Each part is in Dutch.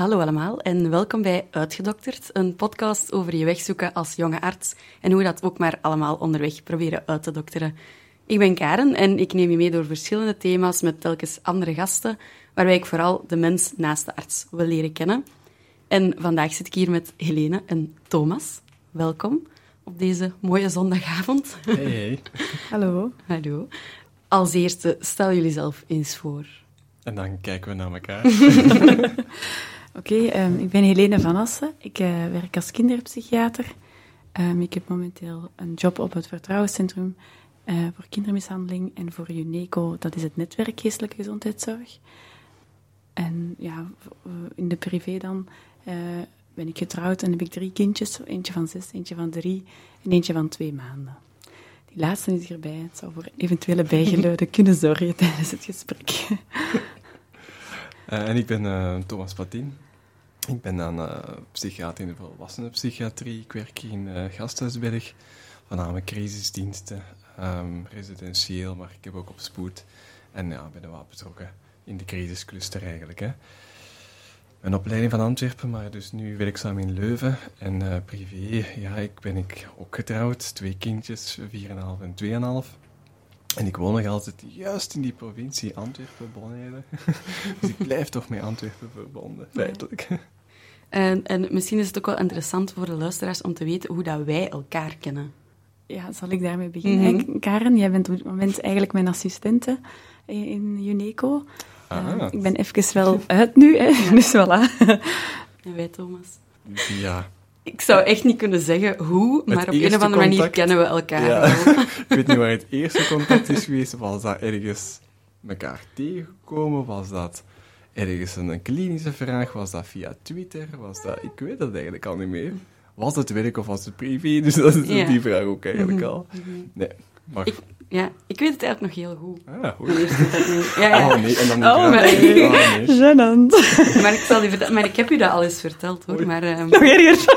Hallo allemaal en welkom bij Uitgedokterd, een podcast over je weg zoeken als jonge arts en hoe we dat ook maar allemaal onderweg proberen uit te dokteren. Ik ben Karen en ik neem je mee door verschillende thema's met telkens andere gasten, waarbij ik vooral de mens naast de arts wil leren kennen. En vandaag zit ik hier met Helene en Thomas. Welkom op deze mooie zondagavond. Hey. Hallo. Hallo. Als eerste, stel jullie zelf eens voor. En dan kijken we naar elkaar. Oké, ik ben Helene van Assen. Ik werk als kinderpsychiater. Ik heb momenteel een job op het Vertrouwenscentrum voor kindermishandeling en voor UNECO, dat is het netwerk geestelijke gezondheidszorg. En ja, in de privé dan ben ik getrouwd en heb ik 3 kindjes. Eentje van 6, eentje van 3 en eentje van 2 maanden. Die laatste is hierbij. Het zou voor eventuele bijgeluiden kunnen zorgen tijdens het gesprek. En ik ben Thomas Patin. Ik ben dan psychiater in de volwassenenpsychiatrie. Ik werk in Gasthuisberg, voornamelijk crisisdiensten, residentieel, maar ik heb ook op spoed. En ja, ben wel betrokken in de crisiscluster eigenlijk. Hè. Een opleiding van Antwerpen, maar dus nu werkzaam in Leuven. En privé, ja, ben ook getrouwd. 2 kindjes, 4,5 en 2,5. En ik woon nog altijd juist in die provincie Antwerpen-Bonaire. Dus ik blijf toch met Antwerpen verbonden, feitelijk. En misschien is het ook wel interessant voor de luisteraars om te weten hoe dat wij elkaar kennen. Ja, zal ik daarmee beginnen? Karen, jij bent op dit moment eigenlijk mijn assistente in UNECO. Ik ben even wel uit nu, hè. Ja. Dus voilà. En wij, Thomas? Ja. Ik zou echt niet kunnen zeggen hoe, maar op een of andere manier kennen we elkaar. Ja. Ik weet niet waar het eerste contact is geweest. Was dat ergens elkaar tegengekomen? Was dat ergens een klinische vraag? Was dat via Twitter? Ik weet dat eigenlijk al niet meer. Was het werk of was het privé? Dus dat is die vraag ook eigenlijk al. Nee, maar... Ik weet het eigenlijk nog heel goed. Ah, goed. Ja. Oh nee, en dan nee. Gênant. Maar ik zal je vertellen, maar ik heb u dat al eens verteld, hoor. Maar, nog erger.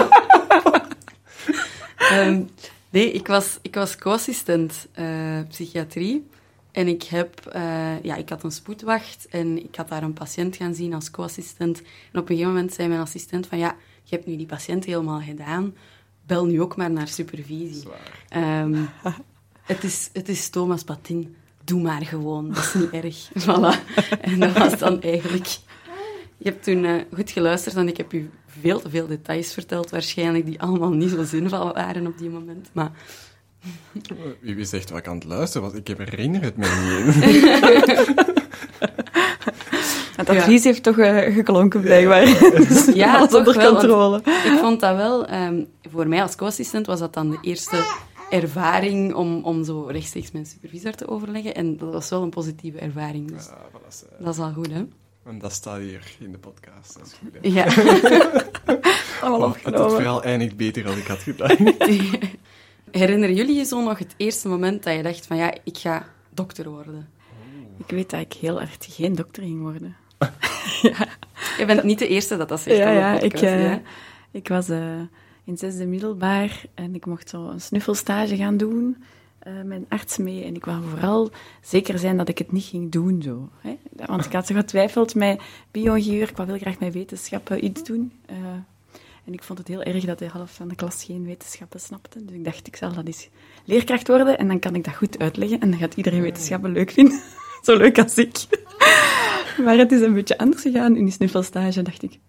Nee, ik was co-assistent psychiatrie. En ik had een spoedwacht en ik had daar een patiënt gaan zien als co-assistent. En op een gegeven moment zei mijn assistent van, ja, je hebt nu die patiënt helemaal gedaan. Bel nu ook maar naar supervisie. Het is Thomas Patin. Doe maar gewoon, dat is niet erg. Voilà. En dat was dan eigenlijk... Je hebt toen goed geluisterd en ik heb u veel te veel details verteld, waarschijnlijk, die allemaal niet zo zinvol waren op die moment. Maar... Wie wist echt wat ik aan het luisteren was? Ik herinner het me niet. Het advies heeft toch geklonken, blijkbaar. Dus ja, alles onder controle. Ik vond dat wel... voor mij als co-assistent was dat dan de eerste ervaring om zo rechtstreeks met een supervisor te overleggen. En dat was wel een positieve ervaring. Dus dat is al goed, hè? En dat staat hier in de podcast. Dat is goed, hè? Ja. Het verhaal eindigt beter dan ik had gedacht. Herinneren jullie je zo nog het eerste moment dat je dacht van ja, ik ga dokter worden? Ik weet dat ik heel erg geen dokter ging worden. Ja. Je bent niet de eerste dat zegt op de podcast. Ik was in 6e middelbaar en ik mocht zo een snuffelstage gaan doen met een arts mee. En ik wou vooral zeker zijn dat ik het niet ging doen zo. Hè? Want ik had zo getwijfeld met bio-ingenieur. Ik wou heel graag met wetenschappen iets doen. En ik vond het heel erg dat de helft van de klas geen wetenschappen snapte. Dus ik dacht, ik zal dat eens leerkracht worden en dan kan ik dat goed uitleggen. En dan gaat iedereen wetenschappen leuk vinden. Zo leuk als ik. Maar het is een beetje anders gegaan. In die snuffelstage dacht ik,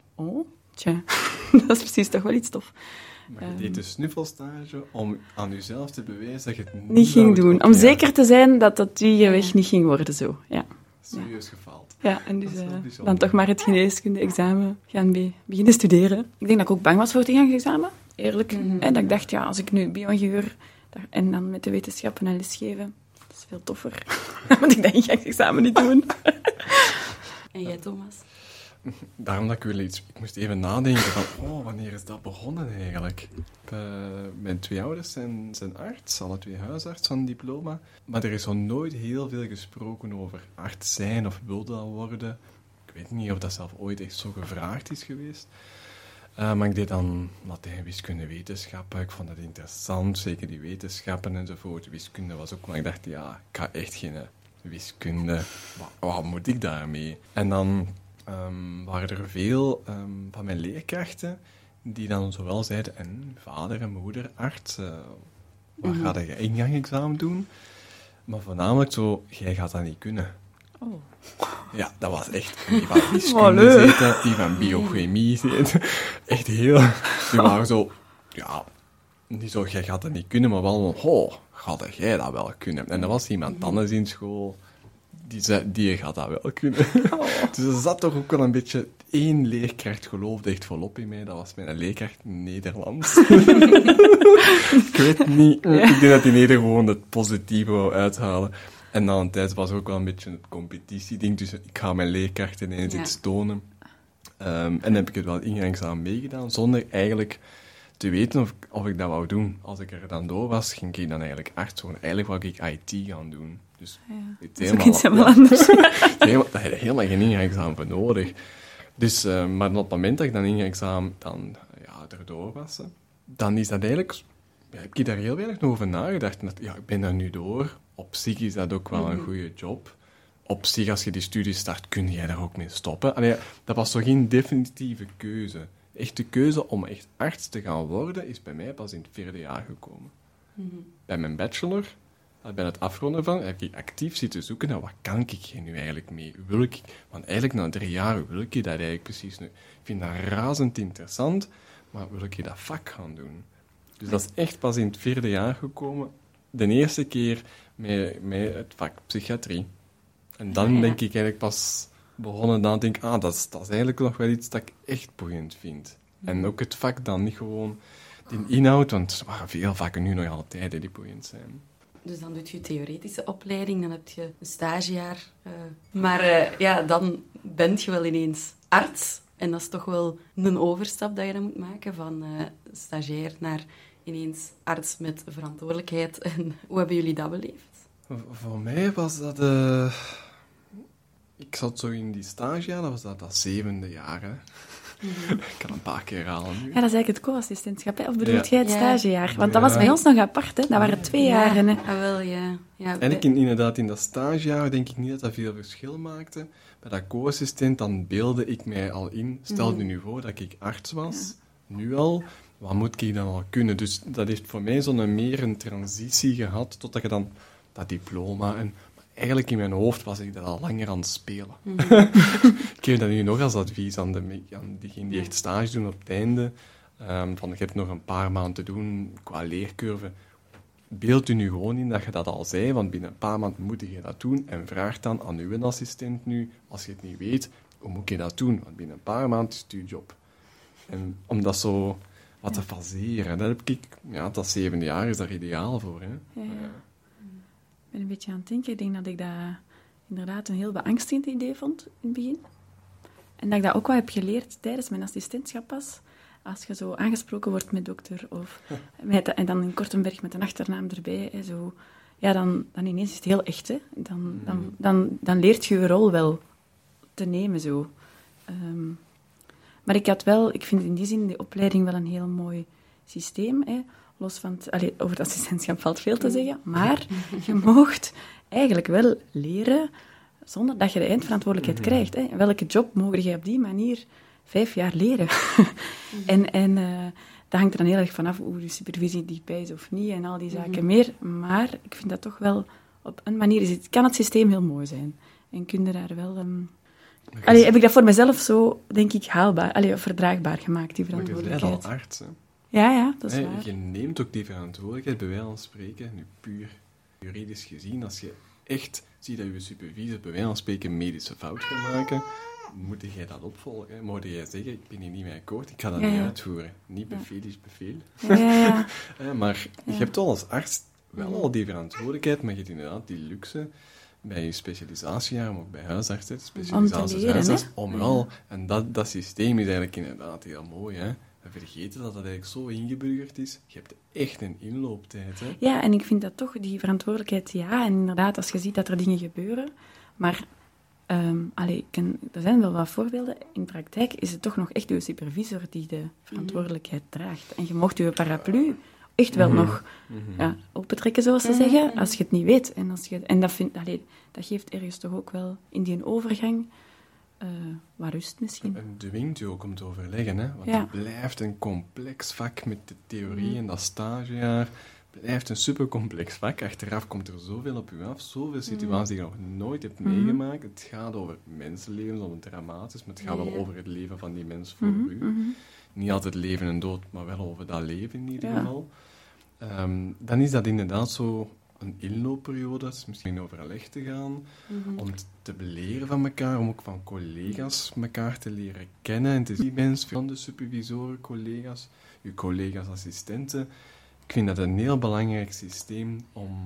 dat is precies toch wel iets tof. Maar je deed de snuffelstage om aan jezelf te bewijzen dat je het niet ging doen. Om zeker te zijn dat die weg niet ging worden zo. Ja. Serieus gefaald. Ja, en dus dan toch maar het geneeskunde-examen gaan beginnen studeren. Ik denk dat ik ook bang was voor het ingangsexamen, eerlijk. Mm-hmm. En dat ik dacht, als ik nu bio-ingenieur en dan met de wetenschappen en lesgeven, dat is veel toffer. Want ik dat ingangsexamen niet doen. En jij, Thomas? Daarom dat ik moest even nadenken van, wanneer is dat begonnen eigenlijk? Mijn 2 ouders zijn arts, alle 2 huisarts van diploma. Maar er is nog nooit heel veel gesproken over arts zijn of wil dat worden. Ik weet niet of dat zelf ooit echt zo gevraagd is geweest. Maar ik deed dan Latijn, wiskunde, wetenschappen. Ik vond dat interessant, zeker die wetenschappen enzovoort. Wiskunde was ook, maar ik dacht, ik ga echt geen wiskunde. Wat moet ik daarmee? En dan waren er veel van mijn leerkrachten die dan zowel zeiden, en vader en moeder, arts, waar ga je ingangsexamen doen? Maar voornamelijk zo, jij gaat dat niet kunnen. Oh. Ja, dat was echt die van wiskunde zitten, die van biochemie zitten. Echt heel... Die waren zo... Ja, niet zo, jij gaat dat niet kunnen, maar wel gaat jij dat wel kunnen? En er was iemand anders in school die zei, die gaat dat wel kunnen. Dus er zat toch ook wel een beetje... Één leerkracht geloofde echt volop in mij. Dat was mijn leerkracht Nederlands. Ik weet niet. Ik denk dat die Neder gewoon het positieve wou uithalen. En na een tijd was er ook wel een beetje het competitieding. Dus ik ga mijn leerkrachten ineens iets tonen. En dan heb ik het wel ingangsexamen meegedaan, zonder eigenlijk te weten of ik dat wou doen. Als ik er dan door was, ging ik dan eigenlijk arts worden. Eigenlijk wou ik IT gaan doen. Dus dat is ook iets helemaal anders. Daar had je helemaal geen ingangsexamen voor nodig. Dus, maar op het moment dat ik dan ingangsexamen erdoor was, dan is dat eigenlijk... Ja, heb ik daar heel weinig over nagedacht. Ja, ik ben daar nu door. Op zich is dat ook wel een goede job. Op zich, als je die studie start, kun jij daar ook mee stoppen. Allee, dat was toch geen definitieve keuze. Echt de keuze om echt arts te gaan worden, is bij mij pas in het 4e jaar gekomen. Bij mijn bachelor, bij het afronden van, heb ik actief zitten zoeken naar wat kan ik hier nu eigenlijk mee? Want eigenlijk na 3 jaar wil ik dat eigenlijk precies nu. Ik vind dat razend interessant, maar wil ik dat vak gaan doen? Dus dat is echt pas in het 4e jaar gekomen. De eerste keer met het vak psychiatrie. En dan denk ik eigenlijk pas begonnen, dan denk ik, dat is eigenlijk nog wel iets dat ik echt boeiend vind. En ook het vak dan, niet gewoon de inhoud, want er waren veel vakken nu nog altijd die boeiend zijn. Dus dan doe je theoretische opleiding, dan heb je een stagejaar. Maar dan ben je wel ineens arts. En dat is toch wel een overstap dat je dan moet maken van stagiair naar ineens arts met verantwoordelijkheid. En hoe hebben jullie dat beleefd? Voor mij was dat... Ik zat zo in die stagejaar, dat was dat 7e jaar. Hè. Ik kan een paar keer halen nu. Ja, dat is eigenlijk het co-assistentschap, hè? Of bedoelt jij het stagejaar? Want dat was bij ons nog apart, hè? Dat waren 2 jaren. Hè? Wel, ja. En inderdaad, in dat stagejaar denk ik niet dat dat veel verschil maakte. Bij dat co-assistent, dan beelde ik mij al in. Stel je nu voor dat ik arts was, nu al, wat moet ik dan al kunnen? Dus dat heeft voor mij meer een transitie gehad, totdat je dan dat diploma... En eigenlijk in mijn hoofd was ik dat al langer aan het spelen. Ik geef dat nu nog als advies aan diegenen die echt stage doen op het einde. Je hebt nog een paar maanden te doen qua leercurve. Beeld u nu gewoon in dat je dat al zei, want binnen een paar maanden moet je dat doen. En vraag dan aan uw assistent nu, als je het niet weet, hoe moet je dat doen? Want binnen een paar maanden is het je job. En om dat zo wat te faseren, dat heb ik... Ja, dat 7e jaar is daar ideaal voor. Hè? Ja. Ik ben een beetje aan het denken. Ik denk dat ik dat inderdaad een heel beangstigend idee vond in het begin. En dat ik dat ook wel heb geleerd tijdens mijn assistentschap pas. Als je zo aangesproken wordt met dokter of en dan in Kortenberg met een achternaam erbij, hè, zo, ja, dan ineens is het heel echt. Hè. Dan leert je je rol wel te nemen. Zo. Maar ik vind in die zin de opleiding wel een heel mooi systeem. Hè. Los van over het assistentschap valt veel te zeggen, maar je moogt eigenlijk wel leren zonder dat je de eindverantwoordelijkheid krijgt. Hè. Welke job mogen je op die manier 5 jaar leren? En dat hangt er dan heel erg vanaf hoe de supervisie dichtbij is of niet en al die zaken meer. Maar ik vind dat toch wel op een manier kan het systeem heel mooi zijn. En kun je daar wel... heb ik dat voor mezelf zo, denk ik, haalbaar, verdraagbaar gemaakt, die verantwoordelijkheid. Maar je bent al arts, hè? Ja, dat is waar. Je neemt ook die verantwoordelijkheid, bij wijze van spreken, nu puur juridisch gezien, als je echt ziet dat je supervisor bij wijze van spreken een medische fout gaat maken, moet jij dat opvolgen. Hè? Moet jij zeggen, ik ben hier niet mee akkoord, ik ga dat niet uitvoeren. Niet bevel is bevel. Ja. Maar je hebt al als arts wel al die verantwoordelijkheid, maar je hebt inderdaad die luxe bij je specialisatiejaar, maar ook bij huisartsen, en dat systeem is eigenlijk inderdaad heel mooi, hè. We vergeten dat eigenlijk zo ingeburgerd is. Je hebt echt een inlooptijd. Hè? Ja, en ik vind dat toch, die verantwoordelijkheid, ja. En inderdaad, als je ziet dat er dingen gebeuren. Maar er zijn wel wat voorbeelden. In praktijk is het toch nog echt de supervisor die de verantwoordelijkheid draagt. En je mocht je paraplu echt wel nog opentrekken, zoals ze zeggen, als je het niet weet. En dat geeft ergens toch ook wel in die overgang wat rust misschien. En dwingt u ook om te overleggen, hè? Want het blijft een complex vak met de theorie en dat stagejaar. Het blijft een supercomplex vak. Achteraf komt er zoveel op u af, zoveel situaties die je nog nooit hebt meegemaakt. Het gaat over mensenlevens, om het dramatisch, maar het gaat wel over het leven van die mens voor u. Niet altijd leven en dood, maar wel over dat leven in ieder geval. Dan is dat inderdaad zo een inloopperiode, dat is misschien in overleg te gaan, om te leren van elkaar, om ook van collega's elkaar te leren kennen en te zien mensen van de supervisoren, collega's, uw collega's, assistenten. Ik vind dat een heel belangrijk systeem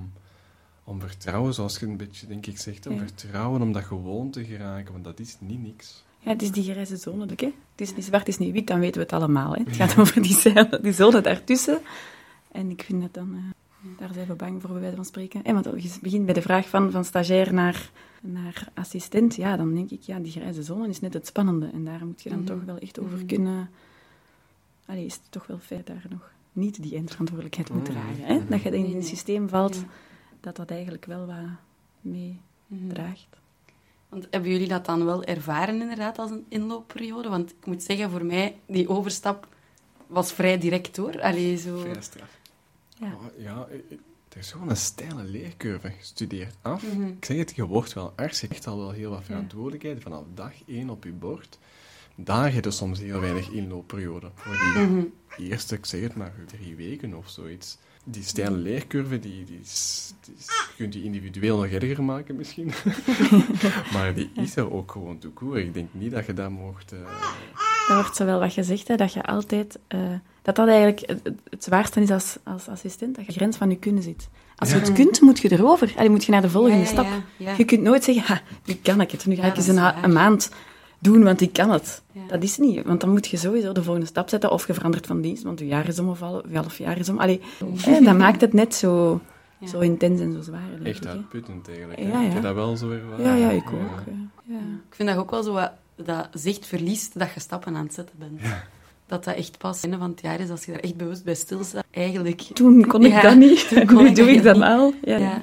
om vertrouwen, zoals je een beetje, denk ik, zegt, om vertrouwen, om dat gewoon te geraken, want dat is niet niks. Ja, het is die grijze zone, hè. Het is niet zwart, het is niet wit, dan weten we het allemaal. Hè. Het gaat over die zone daartussen. En ik vind dat dan... daar zijn we bang voor, bij wijze van spreken. Want je begint bij de vraag van stagiair naar assistent. Ja, dan denk ik, die grijze zone is net het spannende. En daar moet je dan toch wel echt over kunnen... Allee, is het toch wel feit daar nog niet die eindverantwoordelijkheid moet dragen. Hè? Dat je in een systeem valt dat eigenlijk wel wat mee draagt. Want hebben jullie dat dan wel ervaren inderdaad als een inloopperiode? Want ik moet zeggen, voor mij, die overstap was vrij direct, hoor. Allee, zo... Vrij straf. Ja. Er is gewoon een steile leercurve. Je studeert af. Ik zeg het, je wordt wel arts. Je hebt al wel heel wat verantwoordelijkheid. Vanaf dag 1 op je bord. Daar heb je soms heel weinig inloopperiode. Voor die eerste, ik zeg het maar, 3 weken of zoiets. Die steile leercurve, die je kunt die individueel nog erger maken misschien. Maar die is er ook gewoon tout court. Ik denk niet dat je dat mocht... Dat wordt zowel wat gezegd, hè, dat je altijd... dat eigenlijk het zwaarste is als assistent, dat je de grens van je kunnen zit. Als je het kunt, moet je erover. Allee, moet je naar de volgende stap. Ja. Je kunt nooit zeggen, nu kan ik het. Nu ga ik eens een maand doen, want ik kan het. Ja. Dat is niet, want dan moet je sowieso de volgende stap zetten. Of je verandert van dienst, want je jaar is om of je half jaar is om. Allee, dat maakt het net zo intens en zo zwaar. Echt uitputtend eigenlijk. Ja. Ik heb dat wel zo ervaren. Ja, ik ook. Ja. Ik vind dat ook wel zo wat dat zicht verliest dat je stappen aan het zetten bent. Ja. Dat echt pas einde van het jaar is, als je daar echt bewust bij stilstaat. Eigenlijk... Toen kon ik dat niet. Nu doe ik dat al. Ja.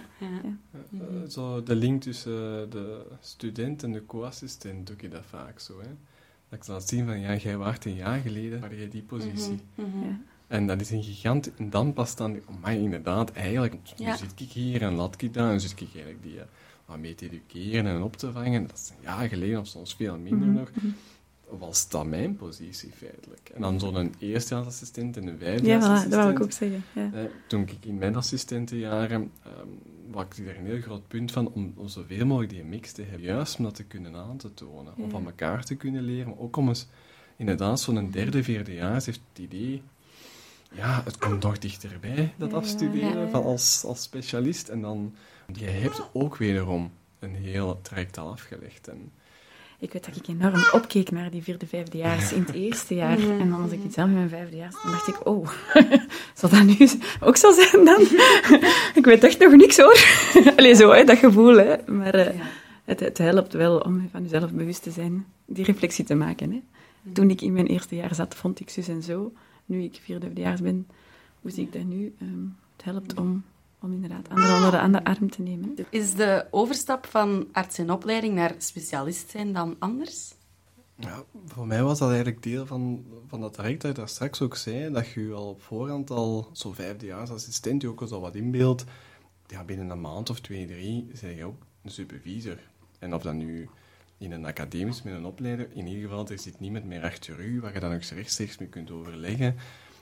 Zo de link tussen de student en de co-assistent doe ik dat vaak zo. Hè. Dat ik laat zien van, jij waart een jaar geleden, waar je die positie. Ja. En dat is een gigant. En dan pas dan, maar inderdaad, eigenlijk, nu zit ik hier en laat ik daar, en zit ik eigenlijk die wat mee te educeren en op te vangen. Dat is een jaar geleden, of soms veel minder nog. Was dat mijn positie feitelijk. En dan zo'n eerstejaarsassistent en een vijfdejaarsassistent. Ja, dat wou ik ook zeggen. Ja. Toen ik in mijn assistentenjaren was ik daar een heel groot punt van om zoveel mogelijk die mix te hebben. Juist om dat te kunnen aan te tonen. Om van elkaar te kunnen leren. Maar ook om eens inderdaad zo'n derde, vierdejaars heeft het idee... Ja, het komt toch dichterbij, dat afstuderen van als specialist. En dan... Je hebt ook wederom een heel traject al afgelegd. En, ik weet dat ik enorm opkeek naar die vierde, vijfdejaars in het eerste jaar. En dan was ik zelf in mijn vijfdejaars, dan dacht ik, zal dat nu ook zo zijn dan? Ik weet echt nog niks, hoor. Allee, zo, hè, dat gevoel, hè. Maar het helpt wel om van jezelf bewust te zijn, die reflectie te maken, hè. Toen ik in mijn eerste jaar zat, vond ik zus en zo. Nu ik vierde, vijfdejaars ben, hoe zie ik dat nu? Het helpt om inderdaad anderen onder de arm te nemen. Is de overstap van arts in opleiding naar specialist zijn dan anders? Ja, voor mij was dat eigenlijk deel van dat traject dat je daar straks ook zei, dat je al op voorhand al zo'n vijfdejaarsassistent, die ook al zo wat inbeeldt, binnen een maand of 2, 3, ben je ook een supervisor. En of dat nu in een academisch met een opleider, in ieder geval, er zit niemand meer achter u, waar je dan ook rechtstreeks mee kunt overleggen.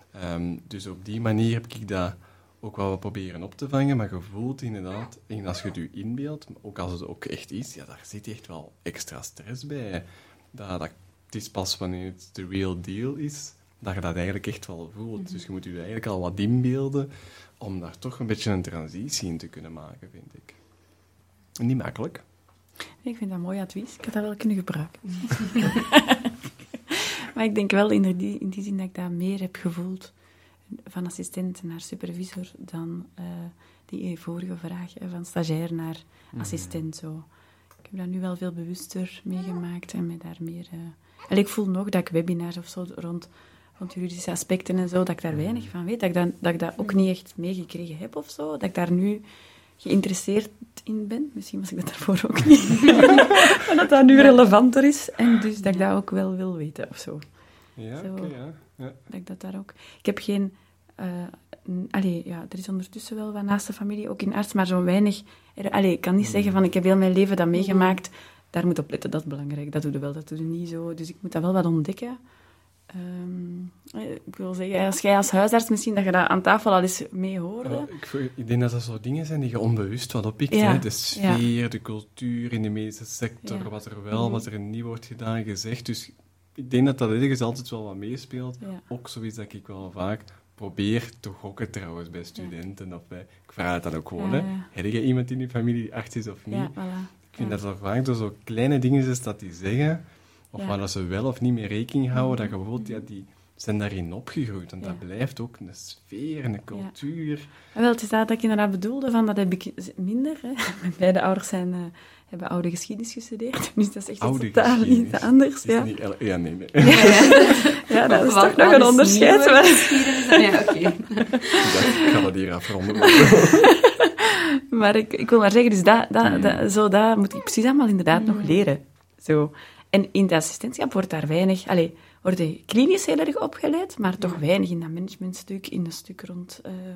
Dus op die manier heb ik dat ook wel wat proberen op te vangen, maar je voelt inderdaad, en als je het je inbeeldt, ook als het ook echt is, daar zit echt wel extra stress bij. Het is pas wanneer het de real deal is, dat je dat eigenlijk echt wel voelt. Dus je moet je eigenlijk al wat inbeelden, om daar toch een beetje een transitie in te kunnen maken, vind ik. Niet makkelijk. Ik vind dat mooi advies. Ik had dat wel kunnen gebruiken. Maar ik denk wel in die zin dat ik dat meer heb gevoeld van assistent naar supervisor dan die vorige vraag, van stagiair naar assistent. Zo. Ik heb dat nu wel veel bewuster meegemaakt en mij daar meer... En ik voel nog dat ik webinars of zo rond juridische aspecten en zo, dat ik daar weinig van weet, dat ik dat ook niet echt meegekregen heb of zo, dat ik daar nu geïnteresseerd in ben. Misschien was ik dat daarvoor ook niet. Maar dat nu relevanter is. En dus dat ik dat ook wel wil weten, of zo. Ja, Zo. oké, ja. Dat ik dat daar ook... Ik heb geen... er is ondertussen wel wat naast de familie, ook in arts, maar zo weinig... ik kan niet zeggen van, ik heb heel mijn leven dat meegemaakt. Daar moet op letten, dat is belangrijk. Dat doe je wel, dat doe je niet zo. Dus ik moet dat wel wat ontdekken. Ik wil zeggen, als jij als huisarts misschien, dat je dat aan tafel al eens mee hoorde. Ik denk dat dat zo dingen zijn die je onbewust wat oppikt. Ja. Hè? De sfeer, de cultuur in de medische sector, Ja. wat er wel, wat er niet wordt gedaan, gezegd. Dus ik denk dat dat ergens altijd wel wat meespeelt. Ja. Ook zoiets dat ik wel vaak probeer te gokken trouwens bij studenten. Of ik vraag het dan ook gewoon. Ja, Hè? ja. Heb je iemand in je familie die arts is of niet? Ja, voilà. Ik vind dat er vaak door zo kleine dingen is dat die zeggen, of Ja. waar dat ze wel of niet mee rekening houden, dat je bijvoorbeeld, die zijn daarin opgegroeid. En dat blijft ook een sfeer en een cultuur. Wel, het is dat ik inderdaad bedoelde, van dat heb ik minder. Hè. Mijn beide ouders hebben oude geschiedenis gestudeerd, dus dat is echt Oude totaal geschiedenis. iets anders. Het is Ja. niet nee. Ja, dat is Wat- toch nog wat een is onderscheid. nieuwe Maar, geschiedenis? Ja, oké. Ik ga dat hier afronden. maar ik wil maar zeggen, dus dat moet ik precies allemaal inderdaad nog leren. Zo. En in de assistentschap wordt daar weinig... wordt je klinisch heel erg opgeleid, maar toch weinig in dat managementstuk, in een stuk rond...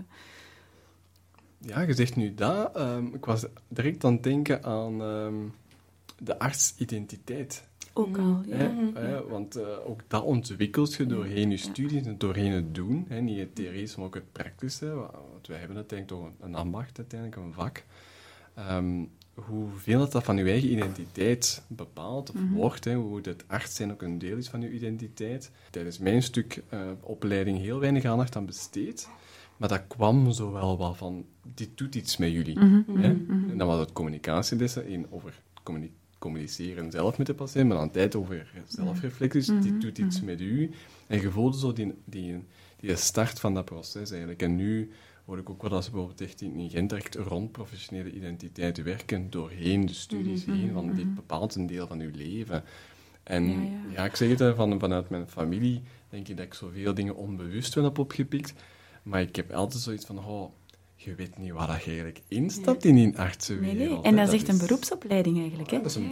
Ja, je zegt nu dat. Ik was direct aan het denken aan de artsidentiteit. ook al, ja. Want ook dat ontwikkelt je doorheen je studies en doorheen het doen. Hè. Niet het theoretische, maar ook het praktische. Want wij hebben uiteindelijk toch een ambacht, uiteindelijk een vak. Hoeveel dat van je eigen identiteit bepaalt of wordt, hè, hoe het arts zijn ook een deel is van je identiteit. Tijdens mijn stuk opleiding heel weinig aandacht aan besteed, maar dat kwam zo wel wat van, dit doet iets met jullie. Hè? En dan was het communicatielessen, over communiceren zelf met de patiënt, maar dan tijd over zelfreflectie, dit doet iets met u. En je voelde zo die start van dat proces eigenlijk. En nu hoor ik ook wel dat ze bijvoorbeeld echt in Gent echt rond professionele identiteit werken, doorheen de studies heen, van dit bepaalt een deel van uw leven. En ja, ik zeg het vanuit mijn familie, denk ik dat ik zoveel dingen onbewust wel heb opgepikt, maar ik heb altijd zoiets van, je weet niet waar dat je eigenlijk instapt in die artsenwereld. Nee. En dat is echt een beroepsopleiding eigenlijk. Hè? Ja, dat is een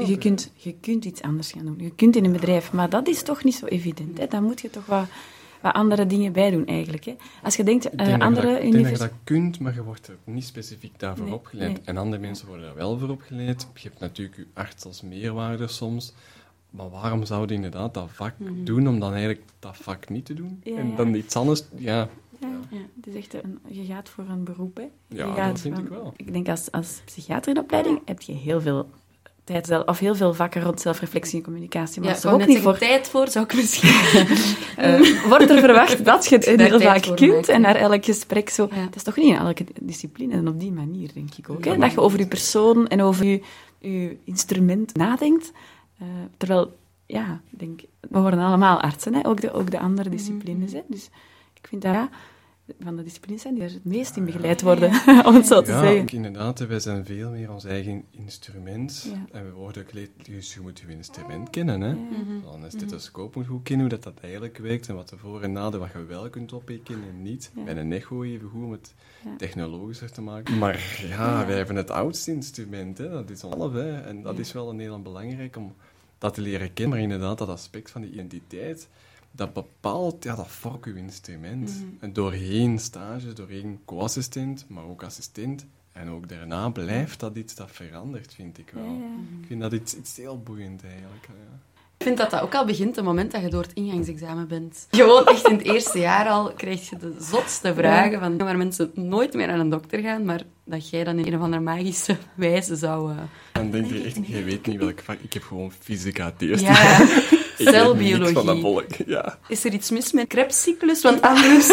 Je kunt iets anders gaan doen. Je kunt in een bedrijf, maar dat is toch niet zo evident. Hè? Daar moet je toch wat andere dingen bij doen eigenlijk. Hè? Als je denkt, Ik denk andere dat je universiteiten... dat kunt, maar je wordt er niet specifiek daarvoor Nee, opgeleid. nee. En andere mensen worden daar wel voor opgeleid. Je hebt natuurlijk je arts als meerwaarde soms. Maar waarom zou je inderdaad dat vak doen, om dan eigenlijk dat vak niet te doen? Ja, en ja. dan iets anders, Ja, het is echt je gaat voor een beroep. Hè. Ja, Je gaat dat vind ik wel. Ik denk als psychiater in opleiding heb je heel veel tijd of heel veel vakken rond zelfreflectie en communicatie. Maar Ja, dat ik is er wou ook net niet zeggen, voor... tijd voor zou ik misschien... Wordt er verwacht dat je het Daar heel tijd vaak voor kunt maken. en naar elk gesprek zo... Ja. Het is toch niet in elke discipline en op die manier, denk ik ook. Hè? Ja, Dat je over je persoon en over je instrument nadenkt. Terwijl, ja, ik denk, we worden allemaal artsen, hè? Ook de andere disciplines. Hè? Dus ik vind dat van de disciplines zijn die er het meest in begeleid worden, om het zo te Ja, zeggen. ook inderdaad, wij zijn veel meer ons eigen instrument. Ja. En we worden geleerd, dus je moet je instrument kennen. Hè? Dan een stethoscoop moet goed kennen, hoe dat eigenlijk werkt en wat de voor- en nadelen, wat je wel kunt oppikken en niet. Ja. Bij een echo even goed om het Ja. technologischer te maken. Maar ja, wij hebben het oudste instrument, hè? Dat is half. Hè? En dat is wel een heel belangrijk om dat te leren kennen. Maar inderdaad, dat aspect van die identiteit, dat bepaalt, dat vormt uw instrument. En doorheen stages, doorheen co-assistent, maar ook assistent. En ook daarna blijft dat iets dat verandert, vind ik wel. Ik vind dat iets heel boeiend eigenlijk. Ja. Ik vind dat dat ook al begint op het moment dat je door het ingangsexamen bent. Gewoon echt in het eerste jaar al krijg je de zotste vragen van waar mensen nooit meer naar een dokter gaan, maar dat jij dan in een of andere magische wijze zou... Dan denk je echt, je weet niet welk vak. Ik heb gewoon fysica het eerste. Ja, Ik weet niks van dat celbiologie. volk. Ja. Is er iets mis met Krebscyclus? Want anders...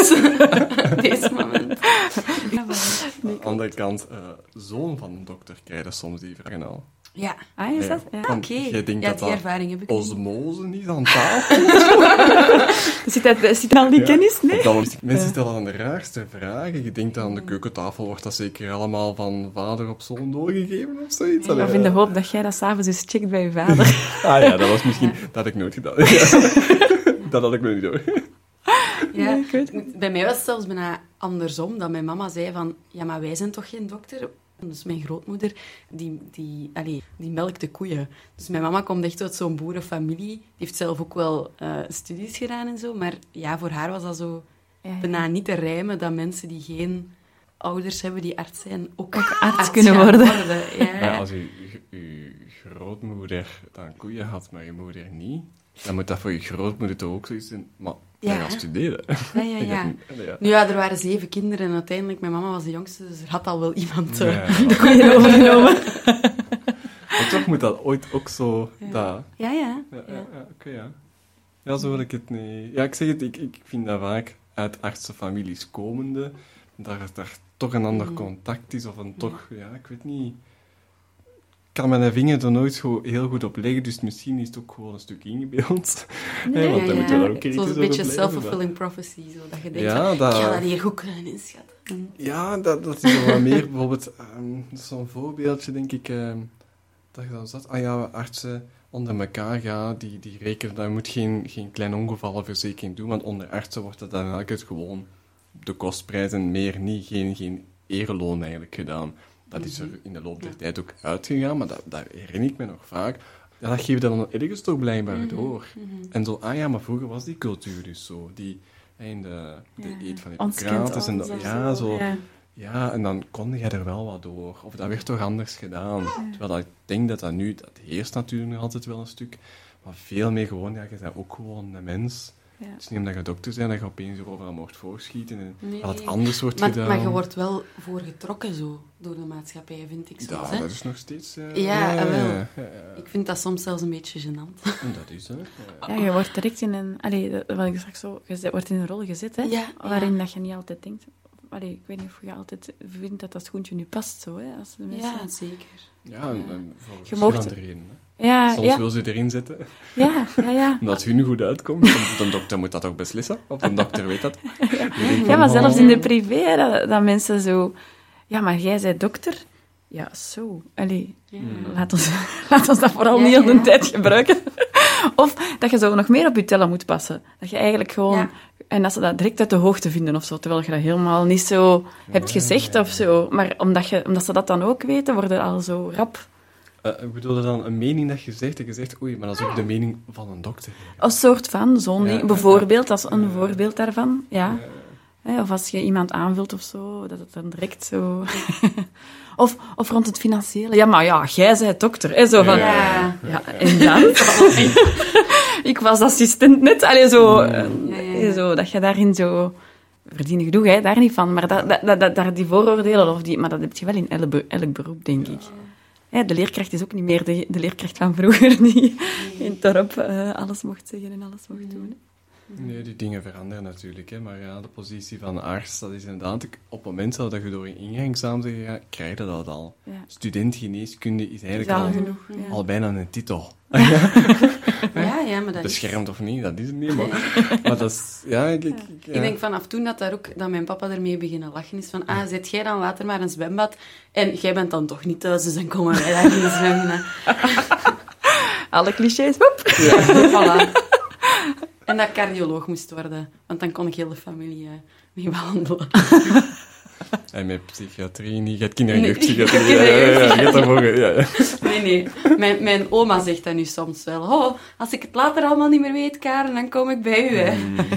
Deze moment. Ja, Aan de andere kant, zoon van een dokter krijgen soms die vragen al. Ja. Ah, is dat? Ja. Want Oké. jij denkt Ja, dat die dat ervaring heb ik niet. osmose niet aan tafel. Zit al die kennis? Nee? Mensen stellen dan de raarste vragen. Je denkt aan de keukentafel, wordt dat zeker allemaal van vader op zoon doorgegeven of zoiets? Allee, Of in de hoop dat jij dat s'avonds eens checkt bij je vader. Ah ja, dat was misschien... Dat had ik nooit gedaan. Dat had ik nog niet door. Ja. Nee, ik weet het. Bij mij was het zelfs bijna andersom, dat mijn mama zei van, ja, maar wij zijn toch geen dokter? Dus mijn grootmoeder, die melkte koeien. Dus mijn mama komt echt uit zo'n boerenfamilie. Die heeft zelf ook wel studies gedaan en zo. Maar ja, voor haar was dat zo bijna niet te rijmen dat mensen die geen ouders hebben die arts zijn, ook arts kunnen worden. Ja. Als uw grootmoeder dan koeien had, maar je moeder niet, dan moet dat voor je grootmoeder toch ook zoiets zijn. Maar je gaat studeren. Ja. Nu ja, er waren 7 kinderen en uiteindelijk, mijn mama was de jongste, dus er had al wel iemand de koeien overgenomen. Maar toch moet dat ooit ook zo... Ja. Oké, ja. Ja, zo wil ik het niet... Ja, ik zeg het, ik vind dat vaak uit artsenfamilies komende, dat er toch een ander contact is, of toch... Ja, ik weet niet... Ik kan mijn vinger er nooit zo heel goed op leggen, dus misschien is het ook gewoon een stuk ingebeeld. Want dan moeten we daar ook kritisch over blijven. Zo'n beetje self-fulfilling prophecy, zo, dat je denkt, ik ga dat hier goed kunnen inschatten. Ja, dat is wel wat meer. Bijvoorbeeld, zo'n voorbeeldje, denk ik, dat je dan zat, artsen onder elkaar, die rekenen, daar moet geen klein ongevallenverzekering doen, want onder artsen wordt dat dan altijd gewoon de kostprijzen meer niet, geen ereloon eigenlijk gedaan. Dat is er in de loop der tijd ook uitgegaan, maar dat herinner ik me nog vaak. Ja, dat geeft dan ergens toch blijkbaar door. En zo, maar vroeger was die cultuur dus zo. Die, in de eed van Hippocrates en zo. Ja, en dan kon jij er wel wat door. Of dat werd toch anders gedaan. Terwijl ik denk dat nu, dat heerst natuurlijk nog altijd wel een stuk, maar veel meer gewoon, je bent ook gewoon een mens. Ja. Het is niet omdat je dokter bent dat je opeens overal mocht voorschieten en dat het anders wordt gedaan. Maar je wordt wel voorgetrokken zo, door de maatschappij, vind ik soms. Ja, dat is nog steeds... Ja. Ik vind dat soms zelfs een beetje gênant. Dat is, hè. Ja, je wordt direct in een... wat ik straks zo... Je wordt in een rol gezet, hè. Waarin dat je niet altijd denkt... ik weet niet of je altijd vindt dat schoentje nu past, zo, hè. Als de mensen... Ja, zeker. Ja, en voor verschillende redenen. Soms wil ze erin zetten. Ja. Omdat het hun goed uitkomt. De dokter moet dat ook beslissen. Of de dokter weet dat. Ja, maar zelfs in de privé, dat mensen zo... Ja, maar jij bent dokter? Ja, zo. Laat ons dat vooral niet al de tijd gebruiken. Of dat je zo nog meer op je tellen moet passen. Dat je eigenlijk gewoon... Ja. En dat ze dat direct uit de hoogte vinden of zo, terwijl je dat helemaal niet zo hebt gezegd of zo. Maar omdat ze dat dan ook weten, worden al zo rap... Ik bedoel dan een mening dat je zegt, oei, maar dat is ook de mening van een dokter. Een soort van, bijvoorbeeld, dat is een voorbeeld daarvan, ja. Of als je iemand aanvult of zo, dat het dan direct zo... of rond het financiële. Ja, maar ja, jij bent dokter, hè, zo van... Ja, en dan? Ik was assistent net, zo, dat je daarin zo... Verdien genoeg, hè, daar niet van. Maar daar die vooroordelen, maar dat heb je wel in elk beroep, denk ik. De leerkracht is ook niet meer de leerkracht van vroeger, die in het dorp alles mocht zeggen en alles mocht doen. Nee, die dingen veranderen natuurlijk. Hè. Maar ja, de positie van arts, dat is inderdaad... Op het moment dat je door een ingangsexamen gaat, krijg je dat al. Ja. Student geneeskunde is eigenlijk al bijna een titel. Ja, maar dat beschermd of niet, dat is het niet. Maar dat is... Ja, ik denk vanaf toen dat mijn papa ermee beginnen lachen is van... zet jij dan later maar een zwembad en jij bent dan toch niet thuis, dus dan komen wij daar in zwemmen. Alle clichés, woep. Ja, voilà. En dat cardioloog moest worden, want dan kon ik heel de familie mee behandelen. En met psychiatrie niet, je hebt kinder- en jeugdpsychiatrie. Nee. Mijn oma zegt dat nu soms wel. Als ik het later allemaal niet meer weet, Karen, dan kom ik bij u. Hè.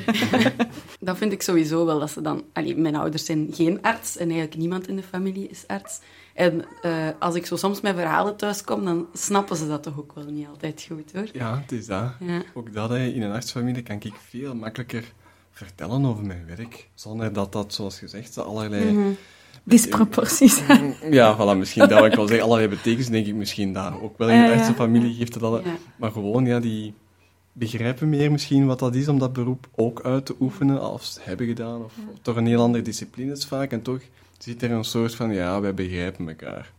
Dat vind ik sowieso wel, dat ze dan... mijn ouders zijn geen arts en eigenlijk niemand in de familie is arts. En als ik zo soms met verhalen thuis kom, dan snappen ze dat toch ook wel niet altijd goed, hoor. Ja, het is dat. Ja. Ook dat, in een artsfamilie kan ik veel makkelijker vertellen over mijn werk, zonder dat, zoals gezegd, allerlei... disproporties. Ja, voilà, misschien dat ik wel zeggen, allerlei betekens, denk ik misschien daar ook wel in de artsenfamilie geeft het alle. Ja. Maar gewoon, die begrijpen meer misschien wat dat is om dat beroep ook uit te oefenen, of ze hebben gedaan, of toch een heel andere discipline is vaak, en toch zit er een soort van, wij begrijpen elkaar.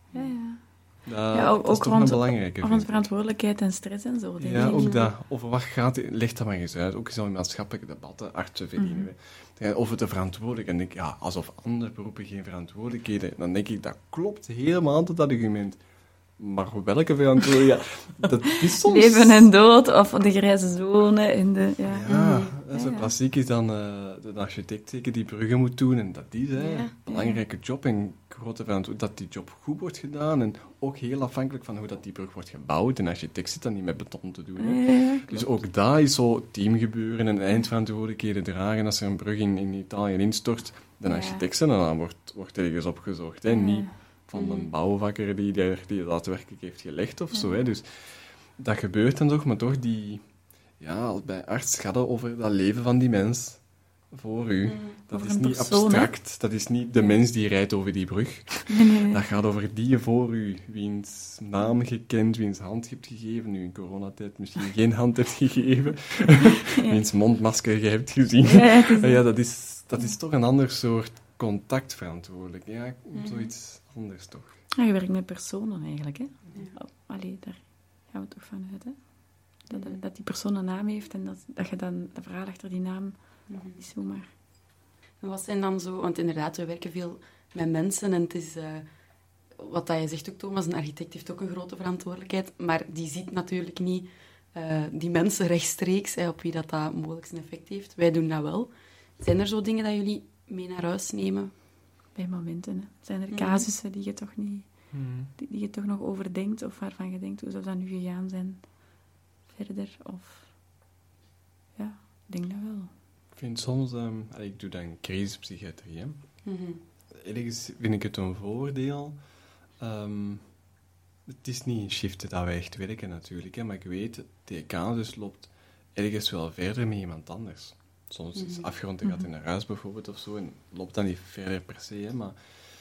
Dat is toch een belangrijke. Rond verantwoordelijkheid en stress en zo. Ja, ook dat. Over wat gaat, leg dat maar eens uit. Ook in maatschappelijke debatten, artsen verdienen we. Over de verantwoordelijkheid. En denk ik, alsof andere beroepen geen verantwoordelijkheden. Dan denk ik, dat klopt helemaal tot dat argument. Maar welke verantwoordelijkheid? Dat is soms... Leven en dood, of de grijze zone in de... Zo klassiek is dan de architect zeker die bruggen moet doen. En dat is een belangrijke job en grote verantwoordelijkheid dat die job goed wordt gedaan. En ook heel afhankelijk van hoe dat die brug wordt gebouwd. Een architect zit dan niet met beton te doen. Hè. Dus ook daar is zo teamgebeuren en eindverantwoordelijkheden dragen. Als er een brug in Italië instort, de architect en dan wordt ergens opgezocht. Hè. Niet van een bouwvakker die het daadwerkelijk heeft gelegd of zo. Hè. Dus dat gebeurt dan toch, maar toch die... Ja, bij arts gaat het over dat leven van die mens voor u. Dat is niet persoon, abstract. Hè? Dat is niet de mens die rijdt over die brug. Nee. Dat gaat over die voor u. Wiens naam je kent, wiens hand je hebt gegeven. Nu in coronatijd misschien geen hand hebt gegeven. Wiens mondmasker je hebt gezien. Dat is toch een ander soort contactverantwoordelijk. Ja, zoiets anders toch. Ja, je werkt met personen eigenlijk, hè? Ja. Allee, daar gaan we toch vanuit, hè? Dat die persoon een naam heeft en dat je dan de verhaal achter die naam is zomaar. En wat zijn dan zo... Want inderdaad, we werken veel met mensen en het is... wat dat je zegt ook, Thomas, een architect heeft ook een grote verantwoordelijkheid, maar die ziet natuurlijk niet die mensen rechtstreeks, op wie dat mogelijk een effect heeft. Wij doen dat wel. Zijn er zo dingen dat jullie mee naar huis nemen? Bij momenten, hè. Zijn er casussen die je toch niet... Die je toch nog overdenkt of waarvan je denkt, hoe zou dat nu gegaan zijn verder? Of... Ja, ik denk dat wel. Ik vind soms... ik doe dan crisispsychiatrie, hè. Ergens vind ik het een voordeel. Het is niet in shiften dat wij echt werken natuurlijk, hè, maar ik weet, die casus loopt ergens wel verder met iemand anders. Soms is afgerond en gaat hij naar huis bijvoorbeeld of zo, en loopt dan niet verder per se, hè, maar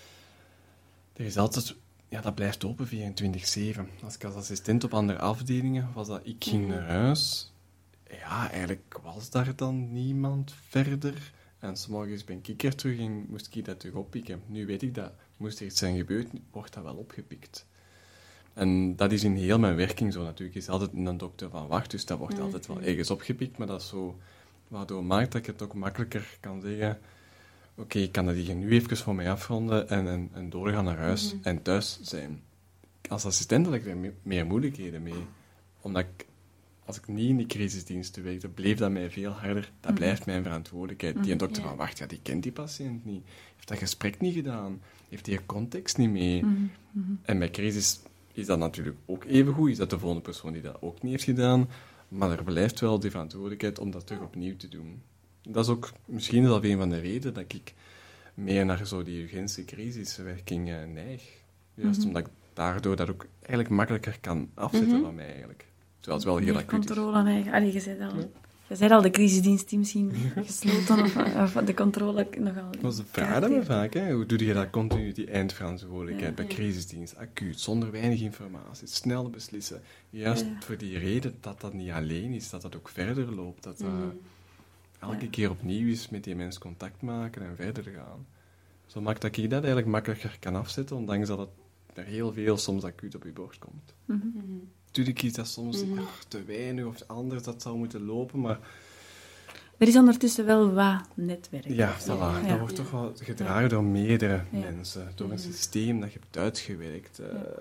er is altijd... Ja, dat blijft open 24/7. Als ik als assistent op andere afdelingen was dat ik ging naar huis. Ja, eigenlijk was daar dan niemand verder. En 's morgens ben ik er terug en moest ik dat terug oppikken. Nu weet ik dat, moest er iets zijn gebeurd, wordt dat wel opgepikt. En dat is in heel mijn werking zo natuurlijk. Er is altijd een dokter van wacht, dus dat wordt altijd wel ergens opgepikt. Maar dat is zo, waardoor maakt dat ik het ook makkelijker kan zeggen... Oké, ik kan dat hier nu even voor mij afronden en doorgaan naar huis en thuis zijn. Als assistent had ik er meer moeilijkheden mee. Omdat als ik niet in die crisisdiensten werkte, bleef dat mij veel harder. Dat blijft mijn verantwoordelijkheid. Die dokter van wacht, die kent die patiënt niet. Heeft dat gesprek niet gedaan. Heeft die context niet mee. En bij crisis is dat natuurlijk ook even goed. Is dat de volgende persoon die dat ook niet heeft gedaan. Maar er blijft wel die verantwoordelijkheid om dat terug opnieuw te doen. Dat is ook misschien wel een van de redenen dat ik meer naar zo die urgentie crisiswerking neig. Juist omdat ik daardoor dat ook eigenlijk makkelijker kan afzetten van mij eigenlijk. Terwijl het wel heel acuut is. Controle eigenlijk. Allee, je zei al de crisisdienst misschien gesloten of de controle nogal... Dat is de vraag vaak. Hè? Hoe doe je dat continu, die eindverantwoordelijkheid bij crisisdienst? Acuut, zonder weinig informatie, snel beslissen. Juist voor die reden dat dat niet alleen is, dat dat ook verder loopt. Dat elke keer opnieuw is met die mens contact maken en verder gaan. Zo maakt dat ik dat eigenlijk makkelijker kan afzetten, ondanks dat het er heel veel soms acuut op je bord komt. Natuurlijk is dat soms te weinig of anders dat zou moeten lopen, maar... Er is ondertussen wel wat netwerk. Ja, voilà. Dat wordt toch wel gedragen door meerdere mensen, door een systeem dat je hebt uitgewerkt.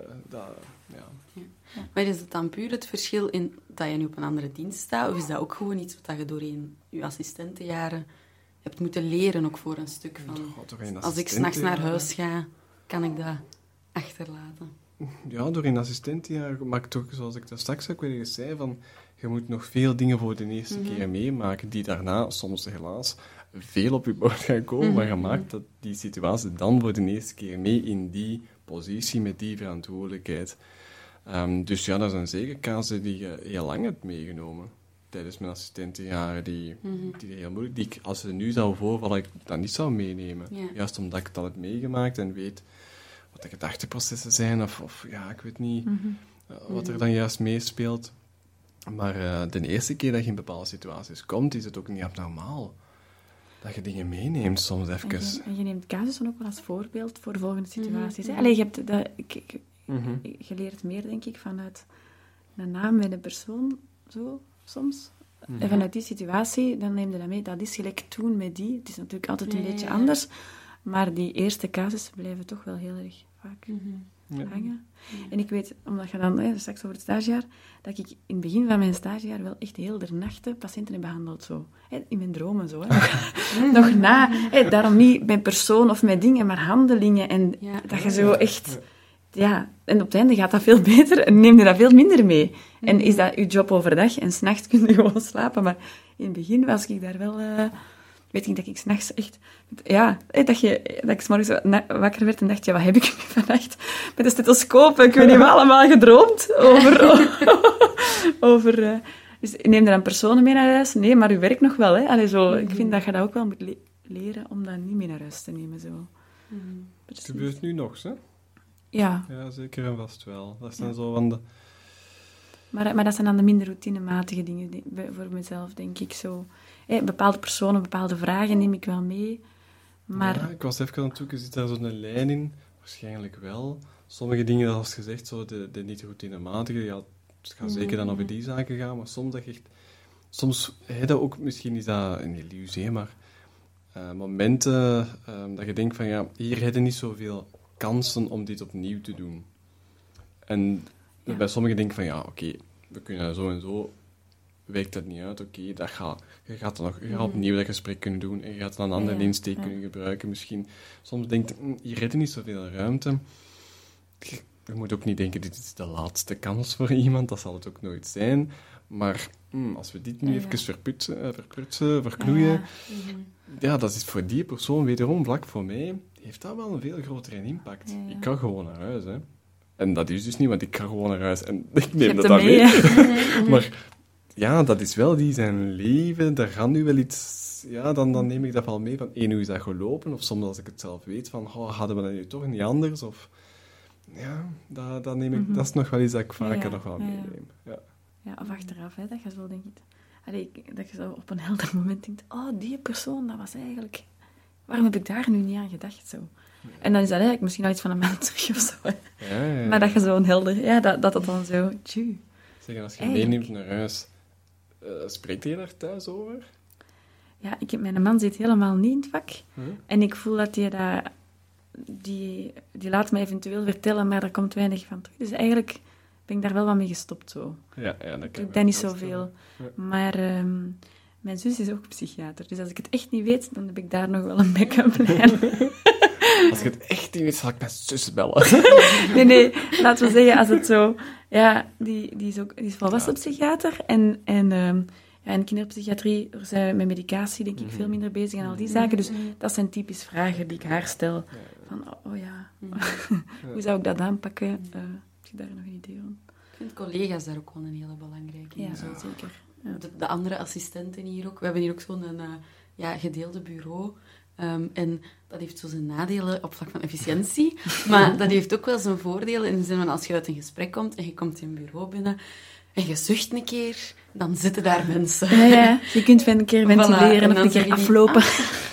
Maar is het dan puur het verschil in dat je nu op een andere dienst staat, of is dat ook gewoon iets wat je doorheen je assistentenjaren hebt moeten leren, ook voor een stuk van... Als ik 's nachts naar huis ga, kan ik dat achterlaten? Ja, door in assistentenjaar, maar toch, zoals ik dat straks ook weer eens zei, van, je moet nog veel dingen voor de eerste keer meemaken, die daarna soms helaas veel op je bord gaan komen, maar je maakt dat die situatie dan voor de eerste keer mee in die positie, met die verantwoordelijkheid. Dus ja, dat zijn zeker casussen die je heel lang hebt meegenomen tijdens mijn assistentenjaren, die heel moeilijk, die ik, als ze nu zou voorvallen, ik dat niet zou meenemen. Ja. Juist omdat ik het al heb meegemaakt en weet wat de gedachteprocessen zijn, of ja, ik weet niet wat er dan juist meespeelt. Maar de eerste keer dat je in bepaalde situaties komt, is het ook niet abnormaal dat je dingen meeneemt soms even. En je neemt casussen ook wel als voorbeeld voor volgende situaties. Allee, je hebt dat... Je leert meer, denk ik, vanuit een naam met een persoon, zo, soms. En vanuit die situatie, dan neem je dat mee. Dat is gelijk toen met die. Het is natuurlijk altijd een beetje anders. Maar die eerste casussen blijven toch wel heel erg vaak. hangen. En ik weet, omdat je dan, straks over het stagejaar, dat ik in het begin van mijn stagejaar wel echt heel de nachten patiënten heb behandeld. Zo. In mijn dromen zo. Nog na. Daarom niet met persoon of met dingen, maar handelingen. En dat je zo echt... Ja, en op het einde gaat dat veel beter en neem je dat veel minder mee. En is dat je job overdag en 's nachts kun je gewoon slapen. Maar in het begin was ik daar wel... weet ik dat ik 's nachts echt... Ja, dat ik 's morgens wakker werd en dacht, ja, wat heb ik nu vannacht met de stethoscoop? Ik weet niet wat allemaal gedroomd over... Dus neem er dan personen mee naar huis? Nee, maar je werkt nog wel. Hè? Allee, zo, ik vind dat je dat ook wel moet leren om dat niet mee naar huis te nemen. Zo. Het gebeurt nu nog, hè? Ja. Ja, zeker en vast wel. Dat is dan zo van de... Maar dat zijn dan de minder routinematige dingen voor mezelf, denk ik. Zo. Bepaalde personen, bepaalde vragen neem ik wel mee. Maar... Ja, ik was even aan het zoeken, zit daar zo'n lijn in? Waarschijnlijk wel. Sommige dingen, zoals gezegd, zo de niet routinematige, ja, het gaat zeker dan over die zaken gaan, maar soms dat je echt... Soms, dat ook, misschien is dat een illusie, maar momenten dat je denkt van, ja, hier heb je niet zoveel kansen om dit opnieuw te doen. En bij sommigen denk ik van, ja, oké, we kunnen zo en zo, werkt dat niet uit, oké, je gaat dan nog opnieuw dat gesprek kunnen doen en je gaat dan een andere insteek kunnen gebruiken misschien. Soms denk je, hier heb je niet zoveel ruimte. Je moet ook niet denken, dit is de laatste kans voor iemand, dat zal het ook nooit zijn. Maar als we dit nu even verprutsen, verknoeien, dat is voor die persoon wederom vlak voor mij, heeft dat wel een veel grotere impact. Ik kan gewoon naar huis, hè. En dat is dus niet, want ik ga gewoon naar huis en ik neem dat dan mee. Maar ja, dat is wel die zijn leven, daar gaat nu wel iets... Ja, dan neem ik dat wel mee van, hoe is dat gelopen? Of soms als ik het zelf weet, van, hadden we dat nu toch niet anders? Of... Ja, dat neem ik... Dat is nog wel iets dat ik vaker nog wel meeneem. Ja, of achteraf, hè, dat je zo denkt... dat je zo op een helder moment denkt, die persoon, dat was eigenlijk... Waarom heb ik daar nu niet aan gedacht, zo? En dan is dat eigenlijk misschien al iets van een maand terug of zo. Ja. Maar dat je zo'n helder... Ja, dat het dan zo... Zeg, als je meeneemt naar huis, spreekt je daar thuis over? Ja, mijn man zit helemaal niet in het vak. En ik voel dat die laat me eventueel vertellen, maar er komt weinig van terug. Dus eigenlijk ben ik daar wel wat mee gestopt, zo. Ja, dat kan ik. Dat niet zoveel. Ja. Maar mijn zus is ook psychiater. Dus als ik het echt niet weet, dan heb ik daar nog wel een backup lijn. Als je het echt niet weet, zal ik mijn zus bellen. Nee, laten we zeggen, als het zo... Ja, die is volwassen psychiater. En kinderpsychiatrie, er zijn met medicatie, denk ik, veel minder bezig en al die zaken. Dus dat zijn typisch vragen die ik haar stel. Van, hoe zou ik dat aanpakken? Heb je daar nog een idee van? Ik vind collega's daar ook wel een hele belangrijke in. Ja, zo zeker. Ja. De andere assistenten hier ook. We hebben hier ook zo'n gedeelde bureau. En dat heeft zo zijn nadelen op vlak van efficiëntie. Maar dat heeft ook wel zijn voordelen in de zin van als je uit een gesprek komt en je komt in een bureau binnen en je zucht een keer, dan zitten daar mensen. Ja. Je kunt een keer ventileren of een keer aflopen.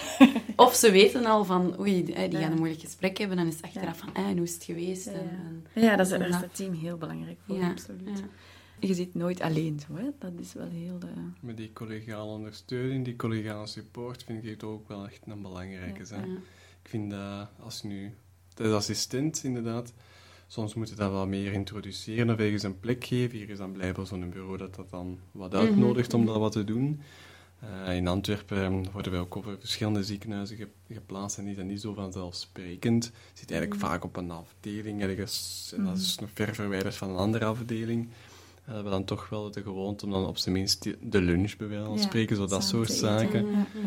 Of ze weten al van, die gaan een moeilijk gesprek hebben, dan is het achteraf van, en hoe is het geweest? Ja, daar is het team heel belangrijk voor, absoluut. Ja. Je zit nooit alleen zo, hè. Dat is wel heel... Met die collegiale ondersteuning, die collegiale support, vind ik het ook wel echt een belangrijke. Ja. Ik vind dat als nu... De assistent, inderdaad, soms moet je dat wel meer introduceren of ergens een plek geven. Hier is dan blijkbaar zo'n bureau dat dan wat uitnodigt om dat wat te doen. In Antwerpen worden wij ook over verschillende ziekenhuizen geplaatst en is dat niet zo vanzelfsprekend. Je zit eigenlijk vaak op een afdeling ergens, en dat is nog ver verwijderd van een andere afdeling. We hebben dan toch wel de gewoonte om dan op zijn minst de lunch bij wijze van spreken, zo dat soort zaken.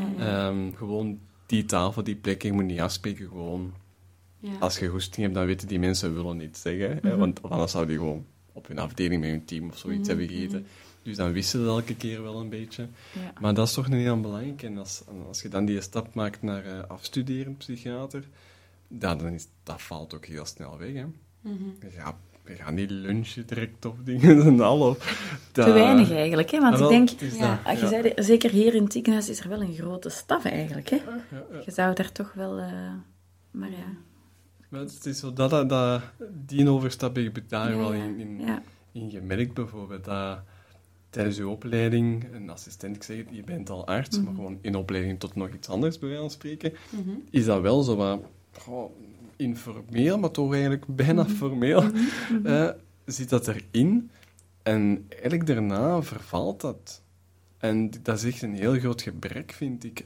Gewoon die tafel, die plek, je moet niet afspreken, gewoon... Ja. Als je goesting hebt, dan weten die mensen willen niet zeggen. Hè, want anders zouden die gewoon op hun afdeling met hun team of zoiets hebben gegeten. Dus dan wisten ze elke keer wel een beetje. Ja. Maar dat is toch niet heel belangrijk. En als je dan die stap maakt naar afstuderen, psychiater, dat valt ook heel snel weg. Hè. We gaan niet lunchen direct of dingen en al. Te weinig eigenlijk, hè? Want ik denk, je zei, zeker hier in het ziekenhuis is er wel een grote staf eigenlijk. Hè? Je zou daar toch wel... maar ja... Maar het is zo dat die overstap heb ik daar wel in gemerkt, bijvoorbeeld. Dat tijdens je opleiding, een assistent, ik zeg het, je bent al arts, maar gewoon in opleiding tot nog iets anders, bij wijze van spreken, is dat wel zo wat... informeel, maar toch eigenlijk bijna formeel, zit dat erin. En eigenlijk daarna vervalt dat. En dat is echt een heel groot gebrek, vind ik,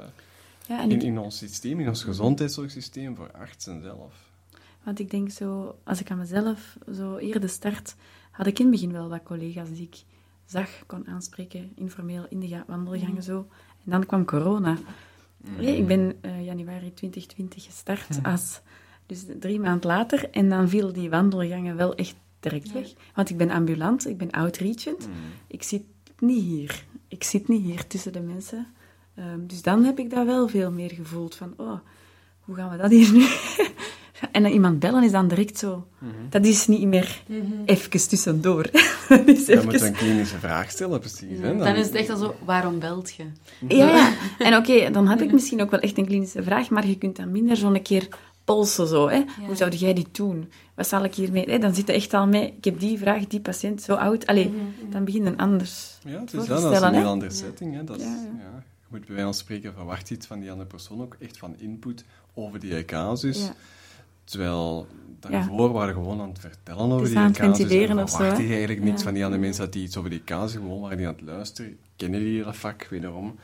in ons systeem, in ons gezondheidszorgsysteem voor artsen zelf. Want ik denk zo, als ik aan mezelf zo eerder start, had ik in het begin wel wat collega's die ik zag, kon aanspreken, informeel in de wandelgangen zo. En dan kwam corona. Ik ben januari 2020 gestart dus 3 maanden later. En dan viel die wandelgangen wel echt direct weg. Want ik ben ambulant, ik ben outreachend. Ik zit niet hier. Ik zit niet hier tussen de mensen. Dus dan heb ik dat wel veel meer gevoeld van, hoe gaan we dat hier nu? En dan iemand bellen is dan direct zo. Dat is niet meer even tussendoor. Dat is Je moet een klinische vraag stellen, precies. Hè? Dan is het echt al zo, waarom belt je? Ja. En oké, dan heb ik misschien ook wel echt een klinische vraag, maar je kunt dan minder zo'n keer polsen zo. Hè? Hoe zou jij dit doen? Wat zal ik hiermee? Dan zit je echt al mee, ik heb die vraag, die patiënt, zo oud. Dan begint een anders Ja, het is dat is een heel andere setting. Hè? Dat is, je moet bij wijze van spreken verwacht iets van die andere persoon ook, echt van input over die casus. Ja. Terwijl daarvoor waren we gewoon aan het vertellen over die casus. En verwacht je eigenlijk niets van die andere mensen dat die iets over die casus gewoon waren die aan het luisteren. Kennen die dat vak wederom?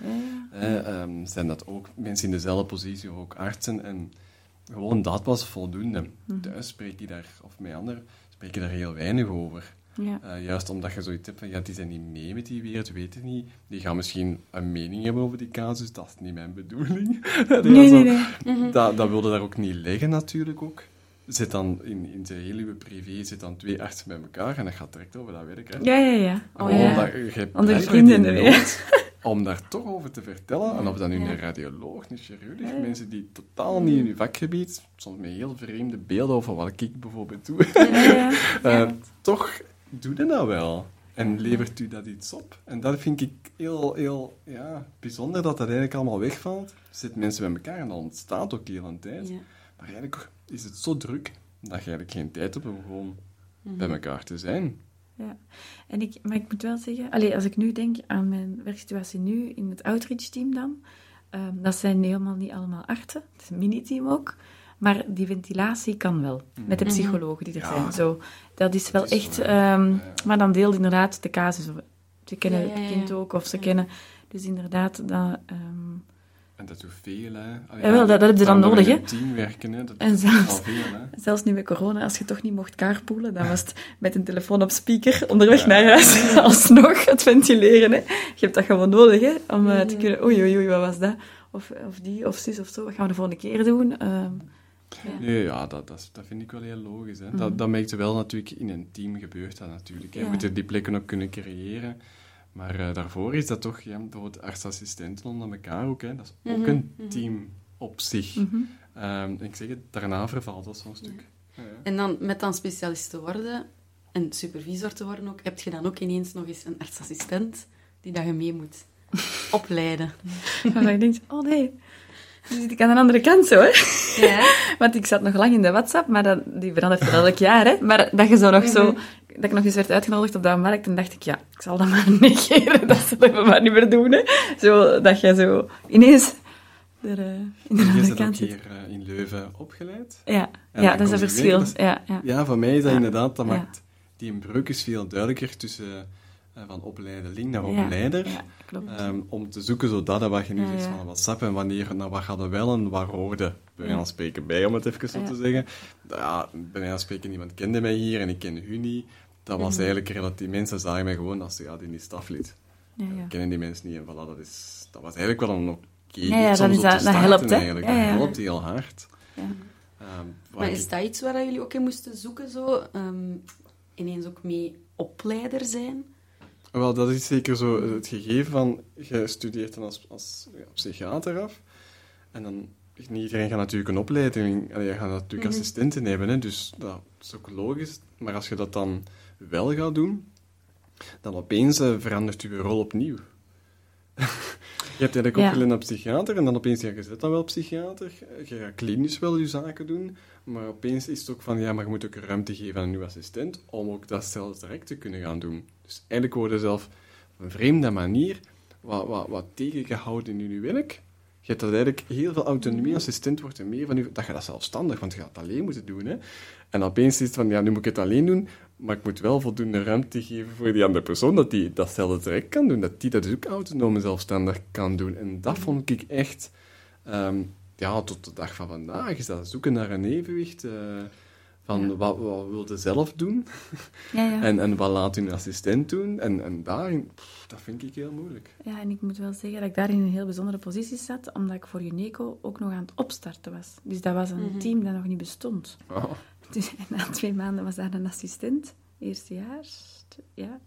Zijn dat ook mensen in dezelfde positie, of ook artsen? En gewoon dat was voldoende. Thuis spreek je daar, of met anderen, spreek je daar heel weinig over. Ja. Juist omdat je zoiets hebt van, die zijn niet mee met die wereld, weten niet. Die gaan misschien een mening hebben over die casus, dat is niet mijn bedoeling. Nee. Dat wilde daar ook niet leggen, natuurlijk ook. Zit dan in de hele privé, zit dan 2 artsen bij elkaar en dat gaat direct over dat werk. Hè. Ja. Onder vrienden, om daar toch over te vertellen, en of dat nu een radioloog, een chirurg, mensen die totaal niet in uw vakgebied, soms met heel vreemde beelden over wat ik bijvoorbeeld doe, toch doe je dat wel. En levert u dat iets op? En dat vind ik heel bijzonder, dat eigenlijk allemaal wegvalt. Er zitten mensen bij elkaar en dat ontstaat ook heel een tijd. Ja. Maar eigenlijk is het zo druk, dat je eigenlijk geen tijd hebt om gewoon bij elkaar te zijn. Ja, maar ik moet wel zeggen, als ik nu denk aan mijn werksituatie nu in het outreach-team dan, dat zijn helemaal niet allemaal artsen, het is een mini-team ook, maar die ventilatie kan wel, met de psychologen die er zijn. Zo, dat is wel echt, maar dan deelt inderdaad de casus, ze kennen het kind ook, of ze kennen, dus inderdaad, dat... En dat doet veel, hè. Jawel, dat heb je dan nodig, hè. Teamwerken, hè. Dat en is zelfs, al veel, hè. Zelfs nu met corona, als je toch niet mocht carpoolen, dan was het met een telefoon op speaker onderweg naar huis alsnog het ventileren, hè. Je hebt dat gewoon nodig, hè, om te kunnen... Oei, wat was dat? Of die, of zus, of zo. Wat gaan we de volgende keer doen? Dat vind ik wel heel logisch, hè. Dat merk je wel natuurlijk in een team gebeurt dat natuurlijk. Je moet die plekken ook kunnen creëren. Maar daarvoor is dat toch, bijvoorbeeld artsassistenten onder elkaar ook, hè. Dat is ook een team op zich. Ik zeg het, daarna vervalt dat zo'n stuk. Ja. En dan met dan specialist te worden en supervisor te worden ook, heb je dan ook ineens nog eens een artsassistent die dat je mee moet opleiden. Waarvan je denkt, oh nee, nu zit ik aan de andere kant zo, hè. Ja. Want ik zat nog lang in de WhatsApp, maar die verandert elk jaar, hè. Maar dat je zo nog zo... Dat ik nog eens werd uitgenodigd op dat markt, en dacht ik, ik zal dat maar negeren, dat zullen we maar niet meer doen, hè. Zo, dat je zo ineens er in de andere kant zit. Je bent ook hier in Leuven opgeleid? Ja, dat is een verschil. Ja, voor mij is dat inderdaad, dat maakt... Die breuk is veel duidelijker tussen van opleideling naar opleider. Ja, klopt. Om te zoeken zodat wat je nu zegt van WhatsApp en wanneer, nou, wat gaat er wel en waar hoorde bij wijze van spreken bij, om het even zo te zeggen. Ja, bij wijze van spreken, niemand kende mij hier en ik ken u niet. Dat was eigenlijk relatief... Mensen zagen mij gewoon als die staflid. Kennen die mensen niet en voilà, dat was eigenlijk wel een oké. Dat helpt, hè. Eigenlijk. Dat helpt heel hard. Ja. Maar is dat iets waar jullie ook in moesten zoeken, zo? Ineens ook mee opleider zijn? Wel, dat is zeker zo het gegeven van... Je studeert dan als psychiater af. En dan... Niet iedereen gaat natuurlijk een opleiding... Je gaat natuurlijk assistenten hebben, hè, dus dat is ook logisch. Maar als je dat dan wel gaat doen... Dan opeens verandert je rol opnieuw. Je hebt eigenlijk opgeleid naar psychiater... En dan opeens, je zit dan wel psychiater. Je gaat klinisch wel je zaken doen... Maar opeens is het ook van... maar je moet ook ruimte geven aan een nieuwe assistent... Om ook dat zelfs direct te kunnen gaan doen. Dus eigenlijk word je zelf op een vreemde manier... Wat tegengehouden in je werk... Je hebt dat eigenlijk heel veel autonomie. Assistent wordt er meer van u, dat je dat zelfstandig, want je gaat het alleen moeten doen. Hè. En opeens is het van, ja, nu moet ik het alleen doen, maar ik moet wel voldoende ruimte geven voor die andere persoon, dat die datzelfde direct kan doen, dat die dat dus ook autonoom en zelfstandig kan doen. En dat vond ik echt, tot de dag van vandaag, is dat zoeken naar een evenwicht van wat wil je zelf doen en wat laat je assistent doen. En daarin, dat vind ik heel moeilijk. Ja, en ik moet wel zeggen dat ik daar in een heel bijzondere positie zat, omdat ik voor Uneco ook nog aan het opstarten was. Dus dat was een team dat nog niet bestond. Oh. Dus na 2 maanden was daar een assistent, eerstejaars. Ja.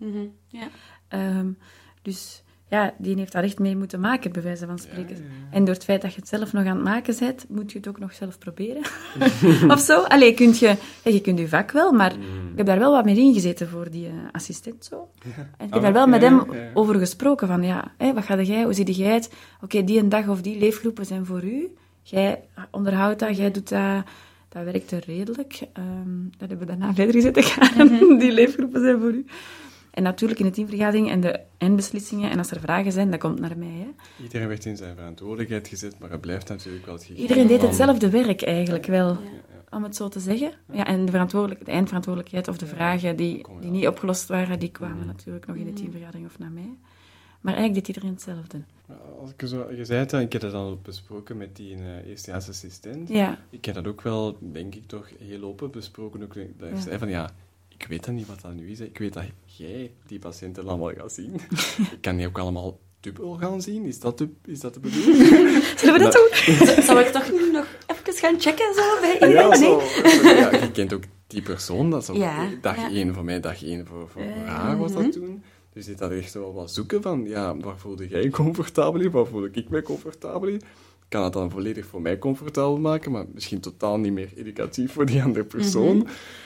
Dus ja, die heeft daar echt mee moeten maken, bij wijze van spreken. Ja. En door het feit dat je het zelf nog aan het maken bent, moet je het ook nog zelf proberen. Of zo. Allee, je kunt je vak wel, maar ik heb daar wel wat mee ingezeten voor die assistent zo. Ja. En ik heb daar wel met hem over gesproken, van wat ga jij, hoe zie jij het? Oké, die een dag of die leefgroepen zijn voor u. Jij onderhoudt dat, jij doet dat. Dat werkte redelijk. Dat hebben we daarna verder gezet gaan. Die leefgroepen zijn voor u. En natuurlijk in de teamvergadering en de eindbeslissingen. En als er vragen zijn, dat komt naar mij. Hè. Iedereen werd in zijn verantwoordelijkheid gezet, maar het blijft natuurlijk wel het gegeven. Iedereen deed hetzelfde werk eigenlijk wel, om het zo te zeggen. Ja, en de eindverantwoordelijkheid of de vragen die niet opgelost waren, die kwamen natuurlijk nog in de teamvergadering of naar mij. Maar eigenlijk deed iedereen hetzelfde. Als ik je zei het, ik heb dat dan besproken met die eerstejaarsassistent. Ja. Ik heb dat ook wel, denk ik toch, heel open besproken. Ook, dat ik zei van, ik weet dan niet wat dat nu is. Hè. Ik weet dat jij die patiënten allemaal gaat zien. Ik kan die ook allemaal dubbel gaan zien. Is dat de bedoeling? Zullen we dat doen? Zal ik toch nu nog even gaan checken zo bij iedereen? Je kent ook die persoon. Dat is ook dag 1 voor mij, dag 1 voor haar was dat toen. Dus je dat echt wel wat zoeken van, waar voelde jij je comfortabel in? Waar voel ik mij comfortabel in? Ik kan het dan volledig voor mij comfortabel maken, maar misschien totaal niet meer educatief voor die andere persoon.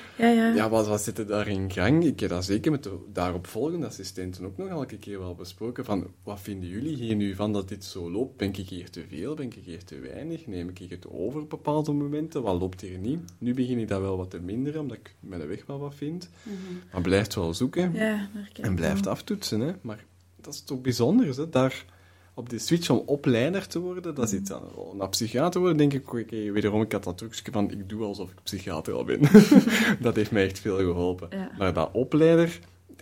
Wat zit er daar in gang? Ik heb dat zeker met de daaropvolgende assistenten ook nog elke keer wel besproken. Van, wat vinden jullie hier nu van dat dit zo loopt? Ben ik hier te veel? Ben ik hier te weinig? Neem ik het over op bepaalde momenten? Wat loopt hier niet? Nu begin ik dat wel wat te minderen, omdat ik mijn weg wel wat vind. Maar blijft wel zoeken. En blijft aftoetsen. Hè? Maar dat is toch bijzonder, hè? Daar... Op de switch om opleider te worden, dat is iets aan. Naar psychiater worden, denk ik, wederom, ik had dat trucje van, ik doe alsof ik psychiater al ben. Dat heeft mij echt veel geholpen. Ja. Maar dat opleider,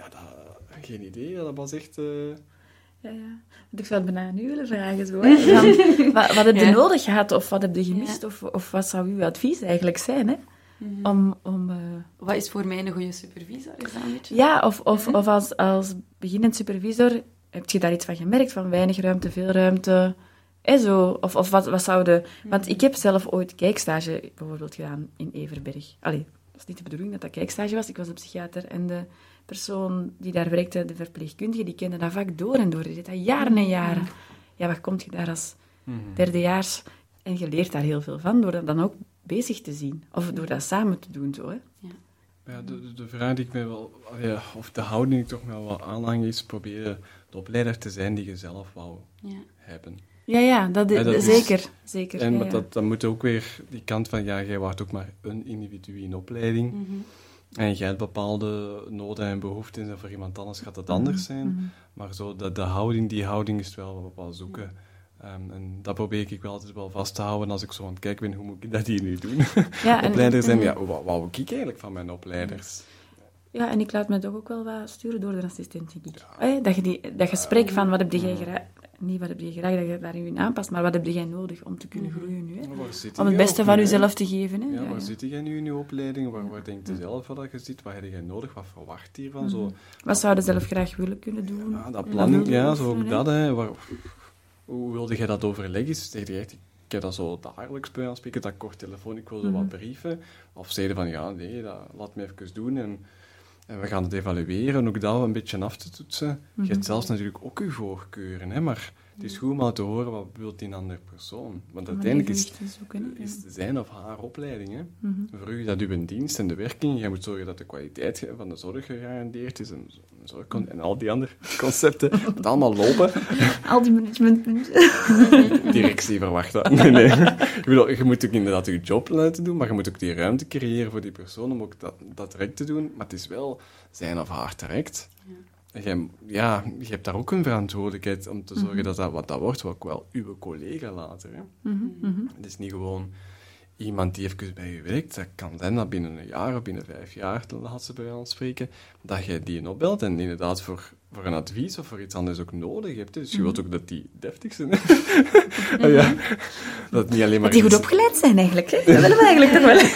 geen idee, dat was echt... Ik zou het bijna nu willen vragen, zo. Hè? Van, wat heb je nodig gehad, of wat heb je gemist, of wat zou uw advies eigenlijk zijn, hè? Wat is voor mij een goede supervisor? Is dat een beetje... Ja, of als beginnend supervisor... Heb je daar iets van gemerkt? Van weinig ruimte, veel ruimte? Zo? Of wat zouden... Want ik heb zelf ooit kijkstage bijvoorbeeld gedaan in Everberg. Allee, dat is niet de bedoeling dat dat kijkstage was. Ik was een psychiater en de persoon die daar werkte, de verpleegkundige, die kende dat vak door en door. Die deed dat jaren en jaren. Ja, wat kom je daar als derdejaars? En je leert daar heel veel van, door dat dan ook bezig te zien. Of door dat samen te doen, zo, hè. Ja, de vraag die ik mij wel... of de houding die ik toch wel aanhang is, proberen de opleider te zijn die je zelf wou hebben. Ja, dat zeker. Zeker. En dat moet ook weer die kant van, jij wordt ook maar een individu in opleiding. En jij hebt bepaalde noden en behoeften en voor iemand anders gaat dat anders zijn. Maar zo, die houding is wel wat zoeken. En dat probeer ik wel altijd wel vast te houden als ik zo aan het kijken ben, hoe moet ik dat hier nu doen? Opleiders zijn, wat wou ik eigenlijk van mijn opleiders? Ja, en ik laat me toch ook wel wat sturen door de assistent, denk ik. Dat gesprek van, wat heb jij graag... Niet wat heb je graag dat je daarin aanpast, maar wat heb jij nodig om te kunnen groeien nu? Hè? Om het beste van jezelf te geven. Hè? Waar zit jij nu in je opleiding? Waar denk je zelf dat je zit? Wat heb jij nodig? Wat verwacht je hiervan? Zo. Wat zou je zelf graag willen kunnen doen? Ja, dat planning, zo ook dat. Hè. Hoe wilde jij dat overleggen? Zeg je echt, ik heb dat zo dagelijks bij aanspreken, dat kort telefoon, ik wil zo wat brieven. Of zei je van, laat me even doen en we gaan het evalueren, ook dat een beetje af te toetsen. Je hebt zelfs natuurlijk ook je voorkeuren, hè, maar het is goed om te horen wat wil die andere persoon. Want uiteindelijk is zijn of haar opleiding. Hè. Voor u is dat uw dienst en de werking. Jij moet zorgen dat de kwaliteit van de zorg gegarandeerd is en al die andere concepten. Het moet allemaal lopen. Al die managementpunten. Directie verwacht dat. Nee. Ik bedoel, je moet ook inderdaad je job laten doen, maar je moet ook die ruimte creëren voor die persoon om ook dat direct te doen. Maar het is wel zijn of haar direct. je hebt daar ook een verantwoordelijkheid om te zorgen dat wat dat wordt, ook wel uw collega later. Hè. Het is niet gewoon iemand die even bij je werkt. Dat kan zijn dat binnen een jaar of binnen 5 jaar, dan laat ze bij ons spreken, dat je die opbelt en inderdaad voor een advies of voor iets anders ook nodig hebt. Hè. Dus je wilt ook dat die deftig zijn. Dat niet alleen maar... Dat die goed opgeleid zijn, eigenlijk. Hè? Dat willen we eigenlijk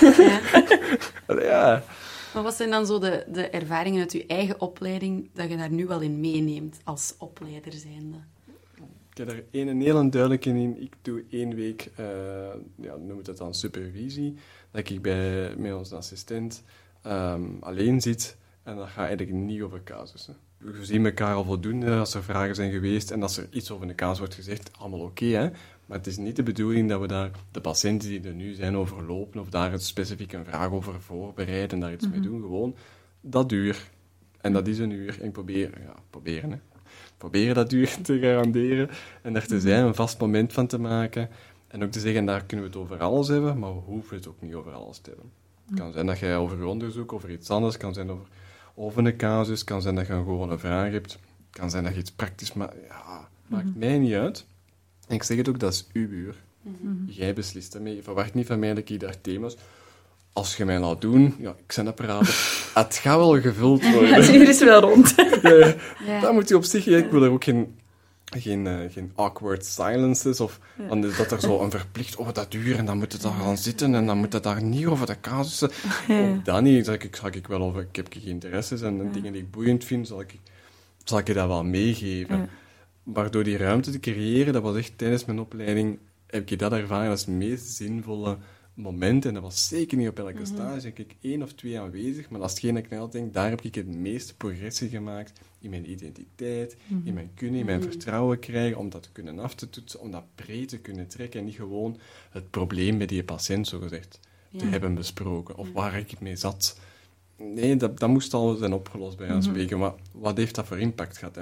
toch wel. Ja. Maar wat zijn dan zo de ervaringen uit je eigen opleiding dat je daar nu wel in meeneemt als opleider zijnde? Ik heb er een heel duidelijke in. Ik doe 1 week, noem het dan supervisie, dat ik met onze assistent alleen zit en dat gaat eigenlijk niet over casussen. We zien elkaar al voldoende als er vragen zijn geweest en als er iets over een casus wordt gezegd, allemaal oké, hè? Maar het is niet de bedoeling dat we daar de patiënten die er nu zijn overlopen of daar specifiek een vraag over voorbereiden en daar iets mee doen. Gewoon dat uur. En dat is een uur. En proberen, hè. Proberen dat uur te garanderen en er te zijn, een vast moment van te maken. En ook te zeggen, daar kunnen we het over alles hebben, maar we hoeven het ook niet over alles te hebben. Het kan zijn dat je over je onderzoek, over iets anders, kan zijn over een casus, kan zijn dat je gewoon een vraag hebt, kan zijn dat je iets praktisch maakt. Ja, maakt mij niet uit. En ik zeg het ook, dat is uw uur. Jij beslist daarmee. Je verwacht niet van mij dat ik daar thema's... Als je mij laat doen, ik ben apparaten. Het gaat wel gevuld worden. Het uur is wel rond. Dat moet je op zich... Ik wil er ook geen awkward silences of dat er zo een verplicht over dat uur en dan moet het daar gaan zitten en dan moet het daar niet over de casussen. Ook dat niet. Zal ik wel over... Ik heb geen interesses en dingen die ik boeiend vind, zal ik je dat wel meegeven. Maar door die ruimte te creëren, dat was echt tijdens mijn opleiding, heb ik dat ervaren als het meest zinvolle moment. En dat was zeker niet op elke stage. Heb ik 1 of 2 aanwezig, maar dat is hetgeen dat ik nou denk, daar heb ik het meeste progressie gemaakt in mijn identiteit, in mijn kunnen, in mijn vertrouwen krijgen, om dat te kunnen af te toetsen, om dat breed te kunnen trekken en niet gewoon het probleem bij die patiënt, zogezegd, te hebben besproken, of waar ik mee zat. Nee, dat moest al zijn opgelost bij ons spreken. Maar wat heeft dat voor impact gehad?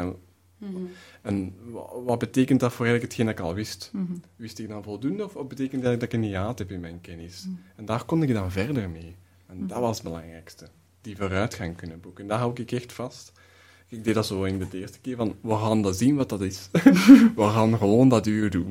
En wat betekent dat voor eigenlijk hetgeen dat ik al wist? Wist ik dan voldoende of betekent dat ik een hiaat heb in mijn kennis? En daar kon ik dan verder mee. En dat was het belangrijkste. Die vooruitgang kunnen boeken. En daar hou ik echt vast. Ik deed dat zo in de eerste keer van, we gaan dat zien wat dat is. We gaan gewoon dat uur doen.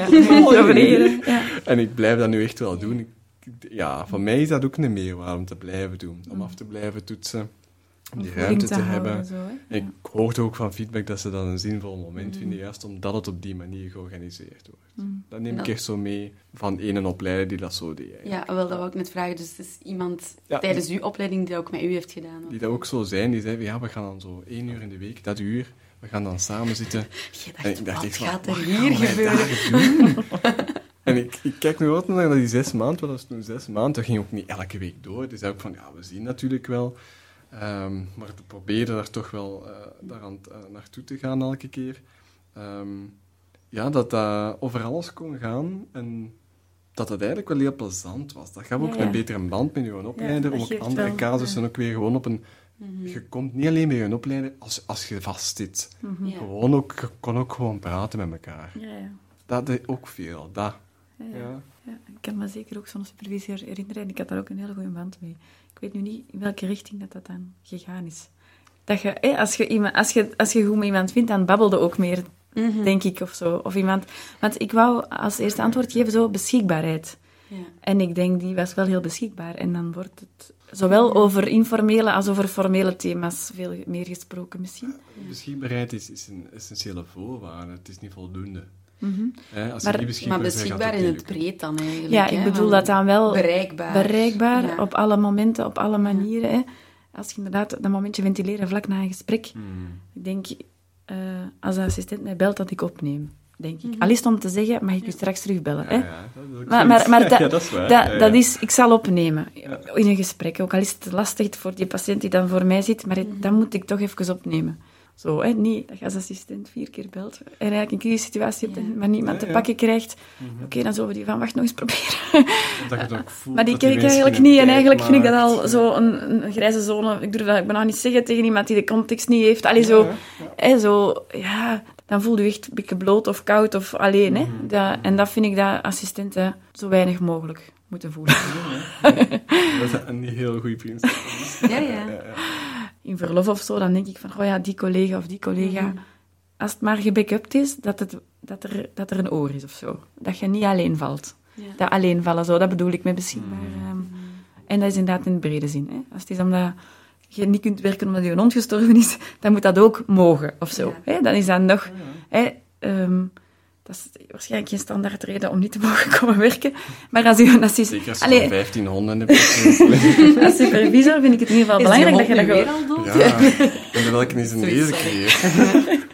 En ik blijf dat nu echt wel doen. Voor mij is dat ook een meerwaarde om te blijven doen. Om af te blijven toetsen. Om die ruimte te hebben. Zo, ik hoorde ook van feedback dat ze dat een zinvol moment vinden, juist omdat het op die manier georganiseerd wordt. Dat neem ik echt zo mee van een opleider die dat zo deed. Eigenlijk. Ja, wel, dat wou ik net vragen. Dus het is iemand tijdens uw opleiding die dat ook met u heeft gedaan. Die dat ook zo zijn, die zei, we gaan dan zo 1 uur in de week, dat uur, we gaan dan samen zitten. Ik dacht, wat gaat er hier gebeuren? En ik kijk nu wat naar die 6 maanden, wat was toen 6 maanden, dat ging ook niet elke week door. Dus ook van, we zien natuurlijk wel... maar we proberen daar toch wel naartoe te gaan elke keer. Dat dat over alles kon gaan en dat het eigenlijk wel heel plezant was. Dat gaf ook een betere band met je opleider, om ook andere casussen ook weer gewoon op een... Je komt niet alleen bij je opleider als je vastzit. Gewoon ook, je kon ook gewoon praten met elkaar. Dat is ook veel, dat. Ja. Ik kan me zeker ook zo'n supervisor herinneren en ik had daar ook een hele goede band mee. Ik weet nu niet in welke richting dat dan gegaan is. Dat je, als je goed met iemand vindt, dan babbelde ook meer, denk ik, of zo. Of iemand... Want ik wou als eerste antwoord geven, zo beschikbaarheid. Ja. En ik denk, die was wel heel beschikbaar. En dan wordt het zowel over informele als over formele thema's veel meer gesproken, misschien. Beschikbaarheid is een essentiële voorwaarde. Het is niet voldoende. Maar beschikbaar in het breed dan eigenlijk. Ja, ik bedoel dat dan wel bereikbaar op alle momenten, op alle manieren. Hè. Als je inderdaad dat momentje ventileren vlak na een gesprek, ik denk, als de assistent mij belt, dat ik opneem. Denk ik. Al is het om te zeggen, mag ik u straks terugbellen. Hè? Dat is waar. Dat is, ik zal opnemen in een gesprek. Ook al is het lastig voor die patiënt die dan voor mij zit, maar dan moet ik toch even opnemen. Zo, hè? Niet dat je als assistent 4 keer belt en eigenlijk een crisissituatie hebt, maar niemand te pakken krijgt. Oké, dan zullen we die van wacht nog eens proberen. Dat je het ook voelt, maar die ken ik eigenlijk niet. En eigenlijk vind ik dat al zo een grijze zone. Ik durf dat ik nou niet zeggen tegen iemand die de context niet heeft. Allee, dan voel je echt een beetje bloot of koud of alleen. Hè? En dat vind ik dat assistenten zo weinig mogelijk moeten voelen. Dat is een heel goede principe. in verlof of zo, dan denk ik van, oh ja, die collega of die collega, als het maar gebackupt is, dat er een oor is of zo. Dat je niet alleen valt. Ja. Dat alleen vallen, zo, dat bedoel ik met beschikbaar. En dat is inderdaad in de brede zin. Hè. Als het is omdat je niet kunt werken omdat je hond gestorven is, dan moet dat ook mogen, of zo. Ja. Hè. Dan is dat nog... Hè, dat is waarschijnlijk geen standaard reden om niet te mogen komen werken. Maar als je... Zeker als je 15 honden hebt. Als supervisor vind ik het in ieder geval belangrijk dat je dat weer al dood? Ja, en welke is in deze keer?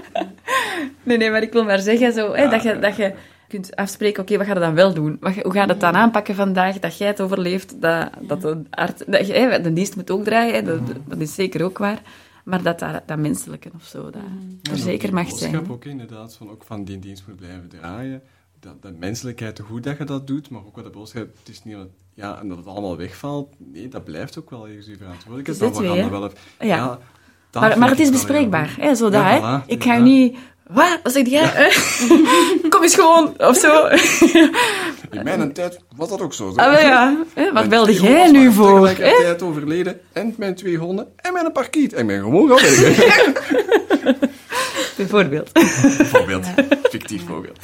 Nee, maar ik wil maar zeggen zo, hè, dat je kunt afspreken, oké, wat ga je dan wel doen? Hoe ga je het dan aanpakken vandaag, dat jij het overleeft, dat de dienst moet ook draaien, dat is zeker ook waar. Maar dat menselijke of zo, dat er zeker mag zijn. De boodschap ook inderdaad, ook van die dienst moet blijven draaien. Dat menselijkheid, hoe dat je dat doet, maar ook wat de boodschap, het is niet en dat het allemaal wegvalt. Nee, dat blijft ook wel ergens uw verantwoordelijkheid. Maar het is bespreekbaar, hè, zo dat, hè. Ik ga niet... Wat zeg jij? Kom eens gewoon, of zo. In mijn tijd was dat ook zo. Wat belde jij nu voor? Ik heb tijd overleden, en mijn 2 honden, en mijn parkiet. En ik ben gewoon gaan werken. Bijvoorbeeld. Fictief voorbeeld.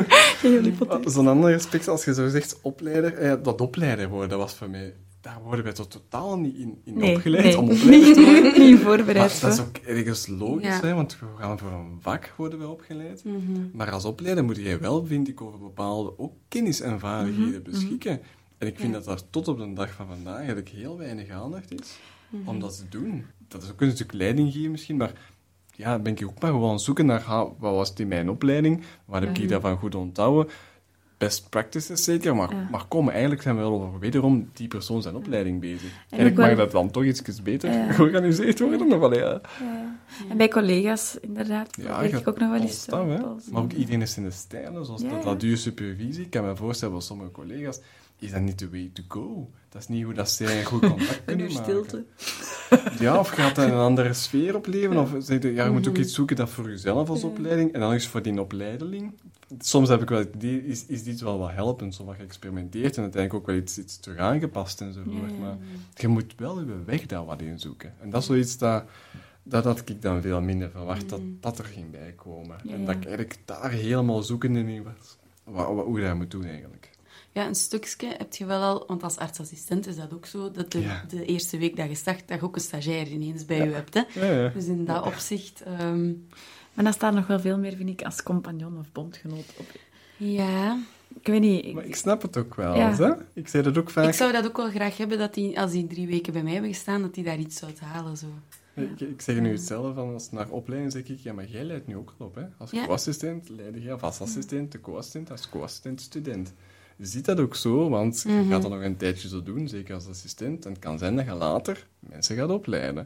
Zo'n ander aspect, als je zo zegt opleider, dat opleider worden, dat was voor mij... Daar worden wij tot totaal niet in opgeleid om opleider te worden. Niet voorbereid. Dat is ook ergens logisch, hè, want we gaan voor een vak worden we opgeleid. Maar als opleider moet jij wel, vind ik, over bepaalde ook kennis en vaardigheden beschikken. En ik vind dat daar tot op de dag van vandaag eigenlijk heel weinig aandacht is om dat te doen. Dat is ook een stuk leiding geven misschien, maar ben ik ook maar gewoon zoeken naar wat was het in mijn opleiding, wat heb ik daarvan goed onthouden. Best practices zeker, maar kom, eigenlijk zijn we wel over wederom die persoon zijn opleiding bezig. En ik mag dat dan toch iets beter georganiseerd worden. Of En bij collega's, inderdaad, werk ik ook nog wel eens zo. Maar ook iedereen is in de stijl, zoals dat duur supervisie. Ik kan me voorstellen, voor sommige collega's is dat niet the way to go. Dat is niet hoe dat zij goed contact kunnen maken. Stilte. Ja, of gaat dat een andere sfeer opleveren? Of zeg je, je moet ook iets zoeken dat voor jezelf als opleiding, en dan is voor die opleiderling. Soms heb ik wel het idee, is dit wel wat helpend, zo wat geëxperimenteerd en uiteindelijk ook wel iets terug aangepast enzovoort. Maar je moet wel je weg daar wat in zoeken. En dat is zoiets dat had ik dan veel minder verwacht, dat er ging bijkomen. En dat ik eigenlijk daar helemaal zoekende in was, hoe je dat moet doen eigenlijk. Ja, een stukje heb je wel al, want als artsassistent is dat ook zo, dat de eerste week dat je start, dat je ook een stagiair ineens bij je hebt. Hè? Ja. Dus in dat opzicht... Maar dan staat nog wel veel meer, vind ik, als compagnon of bondgenoot op. Ja. Ik weet niet... Maar ik snap het ook wel eens, hè? Ik zei dat ook vaak... Ik zou dat ook wel graag hebben, dat die, als die 3 weken bij mij hebben gestaan, dat die daar iets zou halen, zo. Ik zeg nu hetzelfde, als het naar opleiding zeg ik, maar jij leidt nu ook al op, hè? Als co-assistent leid je als assistent, de co-assistent, als co-assistent student. Je ziet dat ook zo, want je gaat dat nog een tijdje zo doen, zeker als assistent. En het kan zijn dat je later mensen gaat opleiden.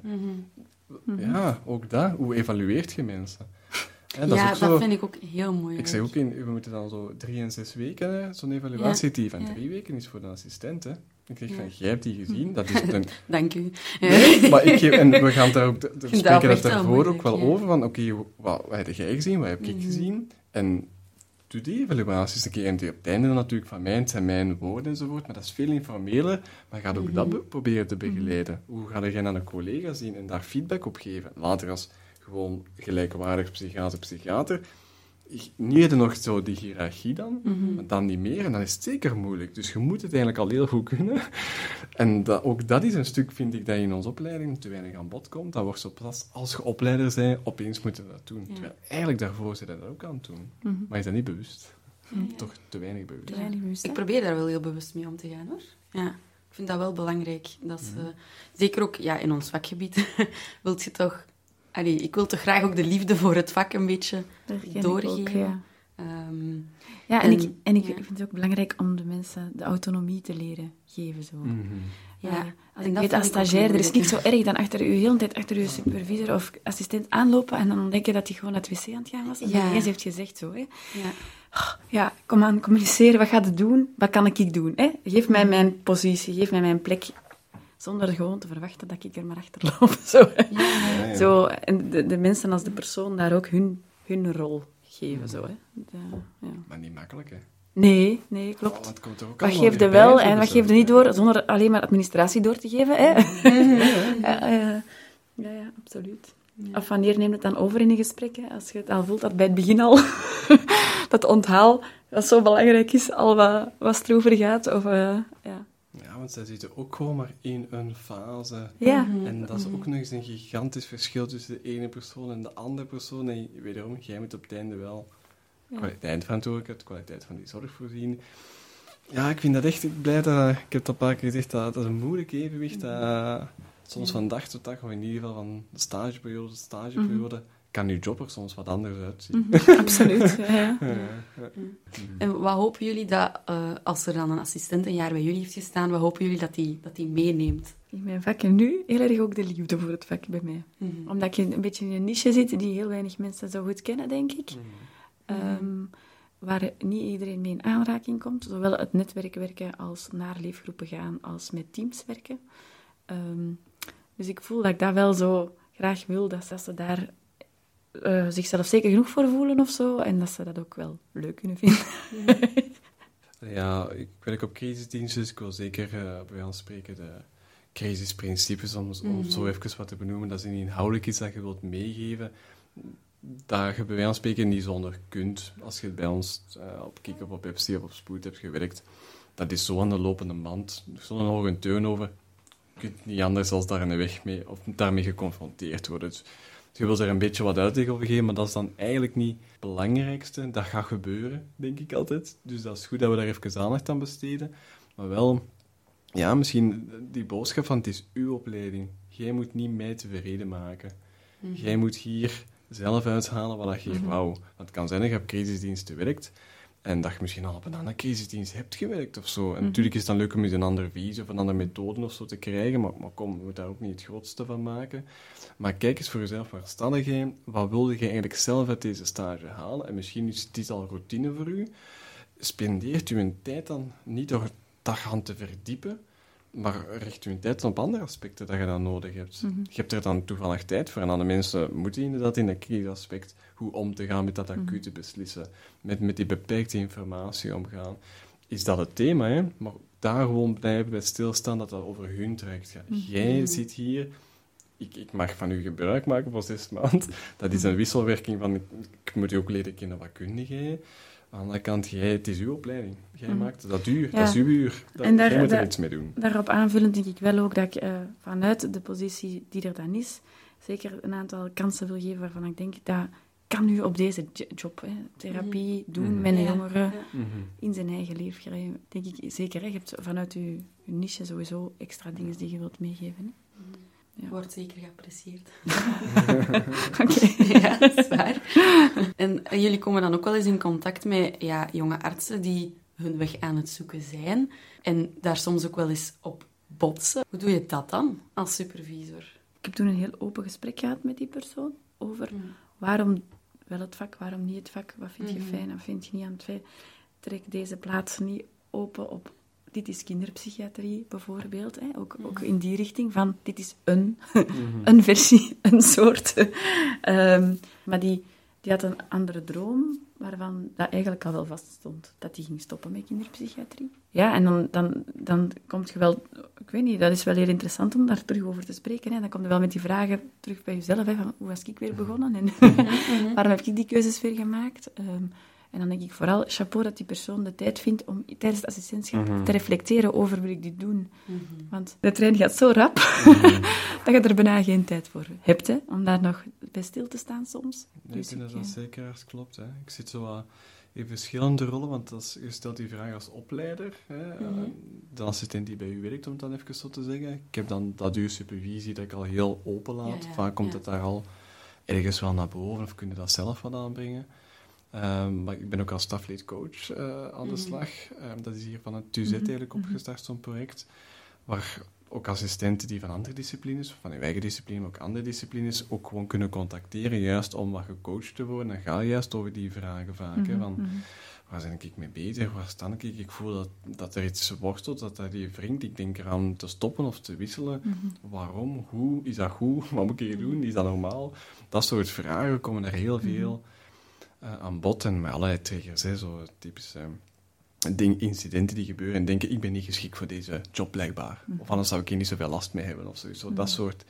Ja, ook dat. Hoe evalueert je mensen? Dat vind ik ook heel mooi. Ik zeg ook, we moeten dan zo 3 en 6 weken, zo'n evaluatietief. En 3 weken is voor de assistent, hè. Ik zeg van, jij hebt die gezien, dat is... Dank u. Nee, maar en we gaan daar ook... We spreken dat daarvoor ook wel over, van oké, wat heb jij gezien, wat heb ik gezien? En doe die evaluaties een keer. En op het einde dan natuurlijk van het zijn mijn woorden enzovoort, maar dat is veel informeler. Maar ga ook dat proberen te begeleiden. Hoe ga je aan een collega zien en daar feedback op geven? Later als gewoon gelijkwaardig psychiater. Nu heb je nog zo die hiërarchie dan, maar dan niet meer. En dan is het zeker moeilijk. Dus je moet het eigenlijk al heel goed kunnen. En ook dat is een stuk, vind ik, dat in onze opleiding te weinig aan bod komt. Dat wordt zo pas, als je opleider bent, opeens moeten we dat doen. Terwijl eigenlijk daarvoor zit je dat ook aan het doen. Maar is dat niet bewust? Toch te weinig bewust. Ik probeer daar wel heel bewust mee om te gaan, hoor. Ja. Ik vind dat wel belangrijk. Dat is, zeker ook in ons vakgebied wilt je toch... ik wil toch graag ook de liefde voor het vak een beetje doorgeven. Ik vind het ook belangrijk om de mensen de autonomie te leren geven. Zo. Als ik weet, als stagiair, er is niet zo erg dan de hele tijd achter je supervisor of assistent aanlopen en dan ontdekken dat hij gewoon naar het wc aan het gaan was. En eens heeft gezegd zo, hè. Kom aan, communiceren, wat gaat het doen? Wat kan ik doen? Hè? Geef mij mijn positie, geef mij mijn plek. Zonder gewoon te verwachten dat ik er maar achter loop. Zo. Zo, en de mensen als de persoon daar ook hun rol geven. Zo, hè. Maar niet makkelijk, hè? Nee, klopt. Wat geef je wel en wat geef je niet door, zonder alleen maar administratie door te geven. Hè? Ja, absoluut. Ja. Of wanneer neemt het dan over in een gesprek? Hè? Als je het al voelt dat bij het begin al dat onthaal, dat zo belangrijk is, al wat stroever gaat. Of, ja. Ja, want zij zitten ook gewoon maar in een fase. Ja. En dat is ook nog eens een gigantisch verschil tussen de ene persoon en de andere persoon. En wederom, jij moet op het einde wel kwaliteit verantwoordelijkheid, kwaliteit van die zorg voorzien. Ja, ik vind dat echt, ik blij dat, ik heb het al een paar keer gezegd, dat is een moeilijk evenwicht. Soms van dag tot dag, of in ieder geval van stageperiode tot stageperiode, kan je job er soms wat anders uitzien. Absoluut. Ja. En wat hopen jullie dat, als er dan een assistent een jaar bij jullie heeft gestaan, wat hopen jullie dat die meeneemt? In mijn vak en nu heel erg ook de liefde voor het vak bij mij. Omdat je een beetje in een niche zit die heel weinig mensen zo goed kennen, denk ik. Waar niet iedereen mee in aanraking komt. Zowel het netwerk werken als naar leefgroepen gaan, als met teams werken. Dus ik voel dat ik dat wel zo graag wil, dat ze daar zichzelf zeker genoeg voor voelen of zo. En dat ze dat ook wel leuk kunnen vinden. Ja, ik werk op crisisdiensten, dus ik wil zeker bij wijze van spreken de crisisprincipes, om zo even wat te benoemen, dat is niet inhoudelijk iets dat je wilt meegeven, dat je bij wijze van spreken niet zonder kunt. Als je bij ons op Kik of op Pepsi of op Spoed hebt gewerkt, dat is zo aan de lopende band, zo'n hoge turnover, je kunt niet anders dan daar een weg mee, of daarmee geconfronteerd worden. Dus je wil er een beetje wat uitleg over geven, maar dat is dan eigenlijk niet het belangrijkste. Dat gaat gebeuren, denk ik altijd. Dus dat is goed dat we daar even aandacht aan besteden. Maar wel, ja, misschien die boodschap van het is uw opleiding. Jij moet niet mij tevreden maken. Jij moet hier zelf uithalen wat je hier wou. Want het kan zijn dat je op crisisdiensten werkt en dat je misschien al op een andere crisisdienst hebt gewerkt of zo. En natuurlijk is het dan leuk om eens een andere visie of een andere methode of zo te krijgen, maar kom, we moeten daar ook niet het grootste van maken. Maar kijk eens voor jezelf, waar sta jij? Wat wilde je eigenlijk zelf uit deze stage halen? En misschien is dit al routine voor u. Spendeert u een tijd dan niet door dat gaan te verdiepen, maar richt u een tijd op andere aspecten dat je dan nodig hebt. Je hebt er dan toevallig tijd voor. En andere mensen moeten inderdaad in dat crisisaspect hoe om te gaan met dat acute beslissen. Met die beperkte informatie omgaan. Is dat het thema, hè? Maar daar gewoon blijven bij stilstaan dat dat over hun trekt. Ja. Jij zit hier... Ik mag van u gebruik maken voor 6 maanden. Dat is een wisselwerking van... Ik moet u ook leren kennen, wat kun jij... Aan de andere kant, het is uw opleiding. Jij maakt dat uur, dat is uw uur. Jij moet er iets mee doen. Daarop aanvullend denk ik wel ook dat ik vanuit de positie die er dan is, zeker een aantal kansen wil geven waarvan ik denk, dat kan u op deze job, therapie doen met een jongere in zijn eigen leven. Denk ik zeker, je hebt vanuit uw niche sowieso extra dingen die je wilt meegeven. Hè? Ja. Wordt zeker geapprecieerd. Oké. Ja, dat is waar. En jullie komen dan ook wel eens in contact met jonge artsen die hun weg aan het zoeken zijn en daar soms ook wel eens op botsen. Hoe doe je dat dan als supervisor? Ik heb toen een heel open gesprek gehad met die persoon over waarom wel het vak, waarom niet het vak, wat vind je fijn en vind je niet aan het fijn. Trek deze plaats niet open op... Dit is kinderpsychiatrie, bijvoorbeeld. Hè? Ook in die richting van, dit is een versie, een soort. Maar die had een andere droom, waarvan dat eigenlijk al wel vaststond. Dat die ging stoppen met kinderpsychiatrie. Ja, en dan komt je wel... Ik weet niet, dat is wel heel interessant om daar terug over te spreken. Hè? Dan kom je wel met die vragen terug bij jezelf. Hè? Van, hoe was ik weer begonnen? En waarom heb ik die keuzes weer gemaakt? En dan denk ik vooral, chapeau dat die persoon de tijd vindt om tijdens het assistentschap te reflecteren over wil ik dit doen. Want de trein gaat zo rap dat je er bijna geen tijd voor hebt, hè, om daar nog bij stil te staan soms. Nee, dus ik denk dat dat zeker als klopt. Hè. Ik zit zo wat in verschillende rollen, want je stelt die vraag als opleider, hè, de assistent die bij u werkt, om het dan even zo te zeggen. Ik heb dan dat uur supervisie dat ik al heel open laat. Vaak komt het daar al ergens wel naar boven, of kun je dat zelf wat aanbrengen. Maar ik ben ook als stafleedcoach aan de slag. Dat is hier van het TUZ eigenlijk opgestart, zo'n project. Waar ook assistenten die van andere disciplines, of van hun eigen discipline, maar ook andere disciplines, ook gewoon kunnen contacteren, juist om wat gecoacht te worden. Dan ga je juist over die vragen vaak. Van, waar ben ik mee bezig? Waar sta ik? Ik voel dat er iets worstelt, dat die wringt. Ik denk eraan te stoppen of te wisselen. Waarom? Hoe? Is dat goed? Wat moet ik hier doen? Is dat normaal? Dat soort vragen komen er heel veel aan bod. En met allerlei triggers, hè, zo typisch incidenten die gebeuren en denken, ik ben niet geschikt voor deze job blijkbaar. Of anders zou ik hier niet zoveel last mee hebben. Of zo. Dat soort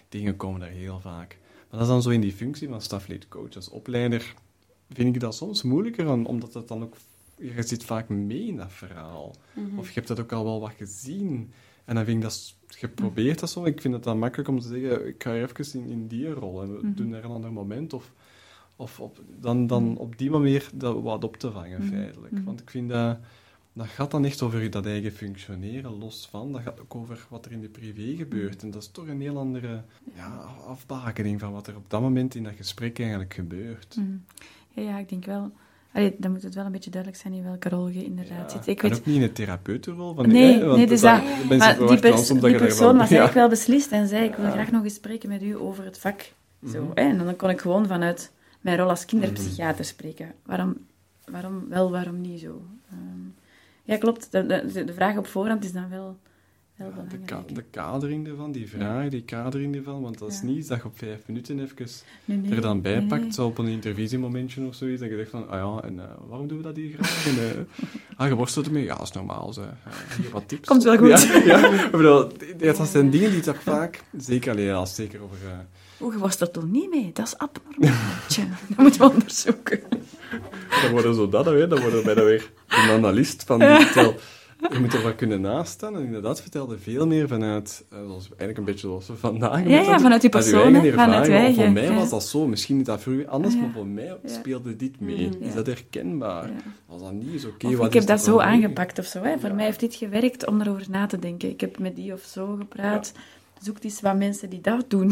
dingen komen daar heel vaak. Maar dat is dan zo in die functie van stafleidcoach als opleider, vind ik dat soms moeilijker, omdat het dan ook... Je zit vaak mee in dat verhaal. Of je hebt dat ook al wel wat gezien. En dan vind ik dat... Je probeert dat zo. Ik vind het dan makkelijk om te zeggen, ik ga even in die rol en we doen er een ander moment. Of dan op die manier dat wat op te vangen, feitelijk. Want ik vind dat gaat dan echt over dat eigen functioneren, los van. Dat gaat ook over wat er in de privé gebeurt. En dat is toch een heel andere afbakening van wat er op dat moment in dat gesprek eigenlijk gebeurt. Ja, ik denk wel... dan moet het wel een beetje duidelijk zijn in welke rol je inderdaad zit. En ook niet in de therapeutenrol. Nee, dus dat... Maar die persoon was eigenlijk wel beslist en zei, ik wil graag nog eens spreken met u over het vak. Zo, en dan kon ik gewoon vanuit mijn rol als kinderpsychiater spreken. Waarom wel, waarom niet zo? Ja, klopt. De vraag op voorhand is dan wel belangrijk. De kadering ervan, die vragen, die kadering ervan, want dat is niet iets dat je op 5 minuten even er dan bij pakt, zo op een intervisiemomentje of zoiets, dat je zegt van, waarom doen we dat hier graag? En, je worstelt ermee? Ja, dat is normaal. Hier wat tips. Komt wel goed. Ik bedoel, dat zijn dingen die toch vaak, zeker over... Je worstelt er niet mee, dat is abnormaal. Dat moeten we onderzoeken. Dan worden zo dan worden bijna weer een analist van digitaal. Je moet er wat kunnen nastaan. En inderdaad vertelde veel meer vanuit, eigenlijk een beetje zoals we vandaag Ja, vanuit die persoon, vanuit wij. Voor mij was dat zo, misschien niet dat voor u anders, maar voor mij speelde dit mee. Is dat herkenbaar? Was dat niet zo oké? Ik heb dat zo aangepakt of zo. Hè. Voor mij heeft dit gewerkt om erover na te denken. Ik heb met die of zo gepraat. Zoek eens wat mensen die dat doen.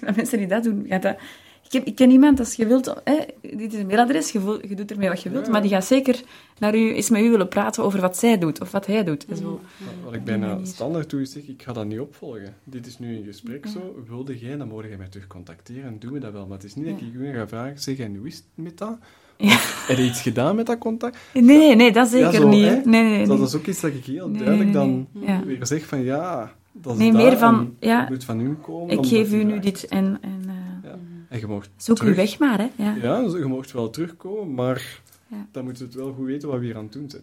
Ik ken iemand, als je wilt... dit is een mailadres, je doet ermee wat je wilt, maar die gaat zeker eens met u willen praten over wat zij doet, of wat hij doet. Zo. Wat ik bijna standaard doe, is zeg, ik ga dat niet opvolgen. Dit is nu een gesprek zo. Wilde jij, dan mogen jij mij terug contacteren en doen we dat wel. Maar het is niet dat ik u ga vragen, zeg, en hoe is het met dat? Heb je iets gedaan met dat contact? Nee, dat zeker niet. Nee. Dat is ook iets dat ik heel duidelijk dan weer zeg van, dat is meer van, het moet van u komen. Ik geef u nu dit en en je mocht zoek u weg maar, hè. Ja, je mocht wel terugkomen, maar dan moet het wel goed weten wat we hier aan het doen zijn.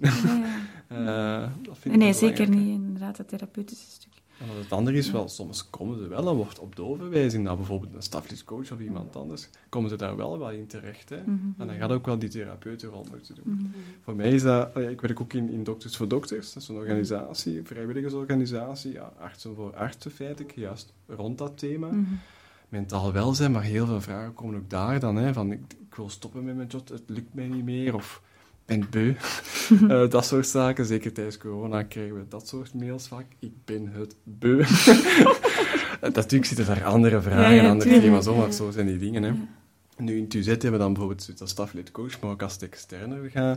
Dat vind ik zeker niet, inderdaad, het therapeutische stuk. En het andere is wel, soms komen ze wel en wordt op de overwijzing naar bijvoorbeeld een stafleidcoach of iemand anders, komen ze daar wel wat in terecht. Hè? En dan gaat ook wel die therapeutenrol moeten doen. Voor mij is dat, ik werk ook in Dokters voor Dokters, dat is een organisatie, een vrijwilligersorganisatie, artsen voor artsen feitelijk, juist rond dat thema. Mentaal welzijn, maar heel veel vragen komen ook daar dan, hè, van ik wil stoppen met mijn job, het lukt mij niet meer, of ben beu. Dat soort zaken. Zeker tijdens corona kregen we dat soort mails vaak. Ik ben het beu. Natuurlijk zitten daar andere vragen en andere thema's om, maar zo zijn die dingen. Hè. Nu in het UZ hebben we dan bijvoorbeeld als stafleidcoach, maar ook als het externe gaat.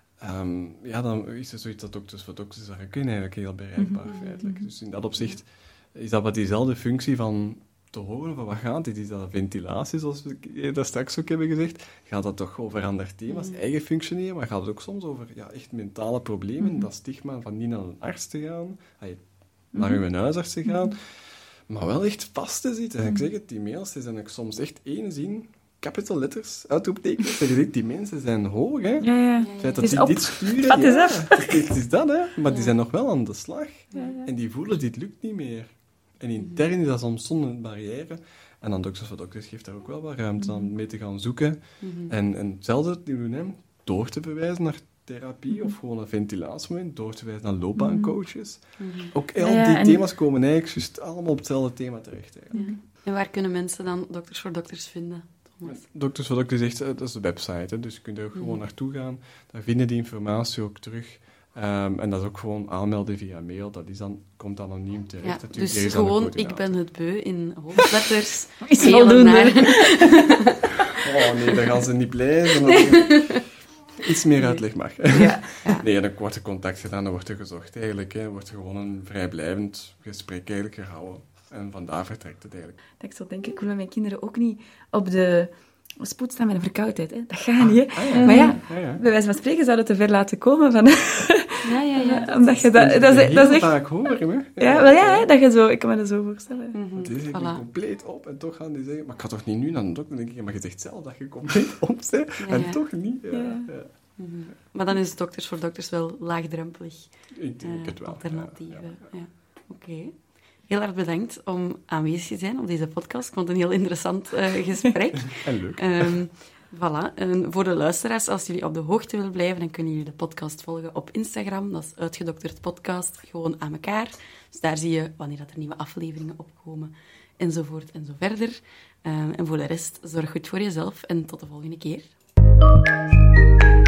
Dan is er zoiets dat Dokters voor Dokters daar kunnen eigenlijk heel bereikbaar feitelijk. Dus in dat opzicht is dat wat diezelfde functie van te horen van wat gaat dit? Is dat ventilatie, zoals we daar straks ook hebben gezegd? Gaat dat toch over andere thema's, eigen functioneren, maar gaat het ook soms over echt mentale problemen, dat stigma van niet naar een arts te gaan, naar uw huisarts te gaan, maar wel echt vast te zitten. Ik zeg het, die mails die zijn ook soms echt één zin, capital letters, uitroeptekens, zeg je, die mensen zijn hoog, hè? Ja. Het feit dat die dit sturen, wat is dat? Het is dat, hè? Maar die zijn nog wel aan de slag. En die voelen, dit lukt niet meer. En intern is dat soms zo'n barrière. En dan Dokters voor Dokters geeft daar ook wel wat ruimte aan mee te gaan zoeken. En hetzelfde doen, hè, door te verwijzen naar therapie of gewoon een ventilatiemoment, door te verwijzen naar loopbaancoaches. Ook al die thema's komen eigenlijk juist allemaal op hetzelfde thema terecht. Eigenlijk. En waar kunnen mensen dan Dokters voor Dokters vinden? Dokters voor Dokters zegt, dat is de website, hè, dus je kunt er ook gewoon naartoe gaan. Daar vinden die informatie ook terug. En dat is ook gewoon aanmelden via mail. Dat is dan, komt anoniem terecht. Ja, dus gewoon, ik ben het beu in hoofdletters. Is voldoende. Oh nee, dan gaan ze niet blij zijn. Iets meer uitleg mag. Nee, dan wordt er contact gedaan, dan wordt er gezocht eigenlijk. Hè. Wordt er gewoon een vrijblijvend gesprek eigenlijk gehouden. En vandaar vertrekt het eigenlijk. Dat ik zo denk, ik wil met mijn kinderen ook niet op de spoed staan met een verkoudheid. Hè. Dat gaat niet, hè. Maar bij wijze van spreken zou het te ver laten komen van... Omdat je dat is echt vaak horen, hè? Hè, dat je zo... Ik kan me dat zo voorstellen. Het is compleet op en toch gaan die zeggen... Maar ik ga toch niet nu naar de dokter? Dan denk ik, maar je zegt zelf dat je compleet op bent. En toch niet. Maar dan is Dokters voor Dokters wel laagdrempelig. Ik denk het wel. Alternatieven. Ja. Oké. heel erg bedankt om aanwezig te zijn op deze podcast. Ik vond het een heel interessant gesprek. En leuk. Voilà. En voor de luisteraars, als jullie op de hoogte willen blijven, dan kunnen jullie de podcast volgen op Instagram. Dat is Uitgedokterd Podcast, gewoon aan elkaar. Dus daar zie je wanneer dat er nieuwe afleveringen opkomen, enzovoort en zo verder. En voor de rest, zorg goed voor jezelf en tot de volgende keer.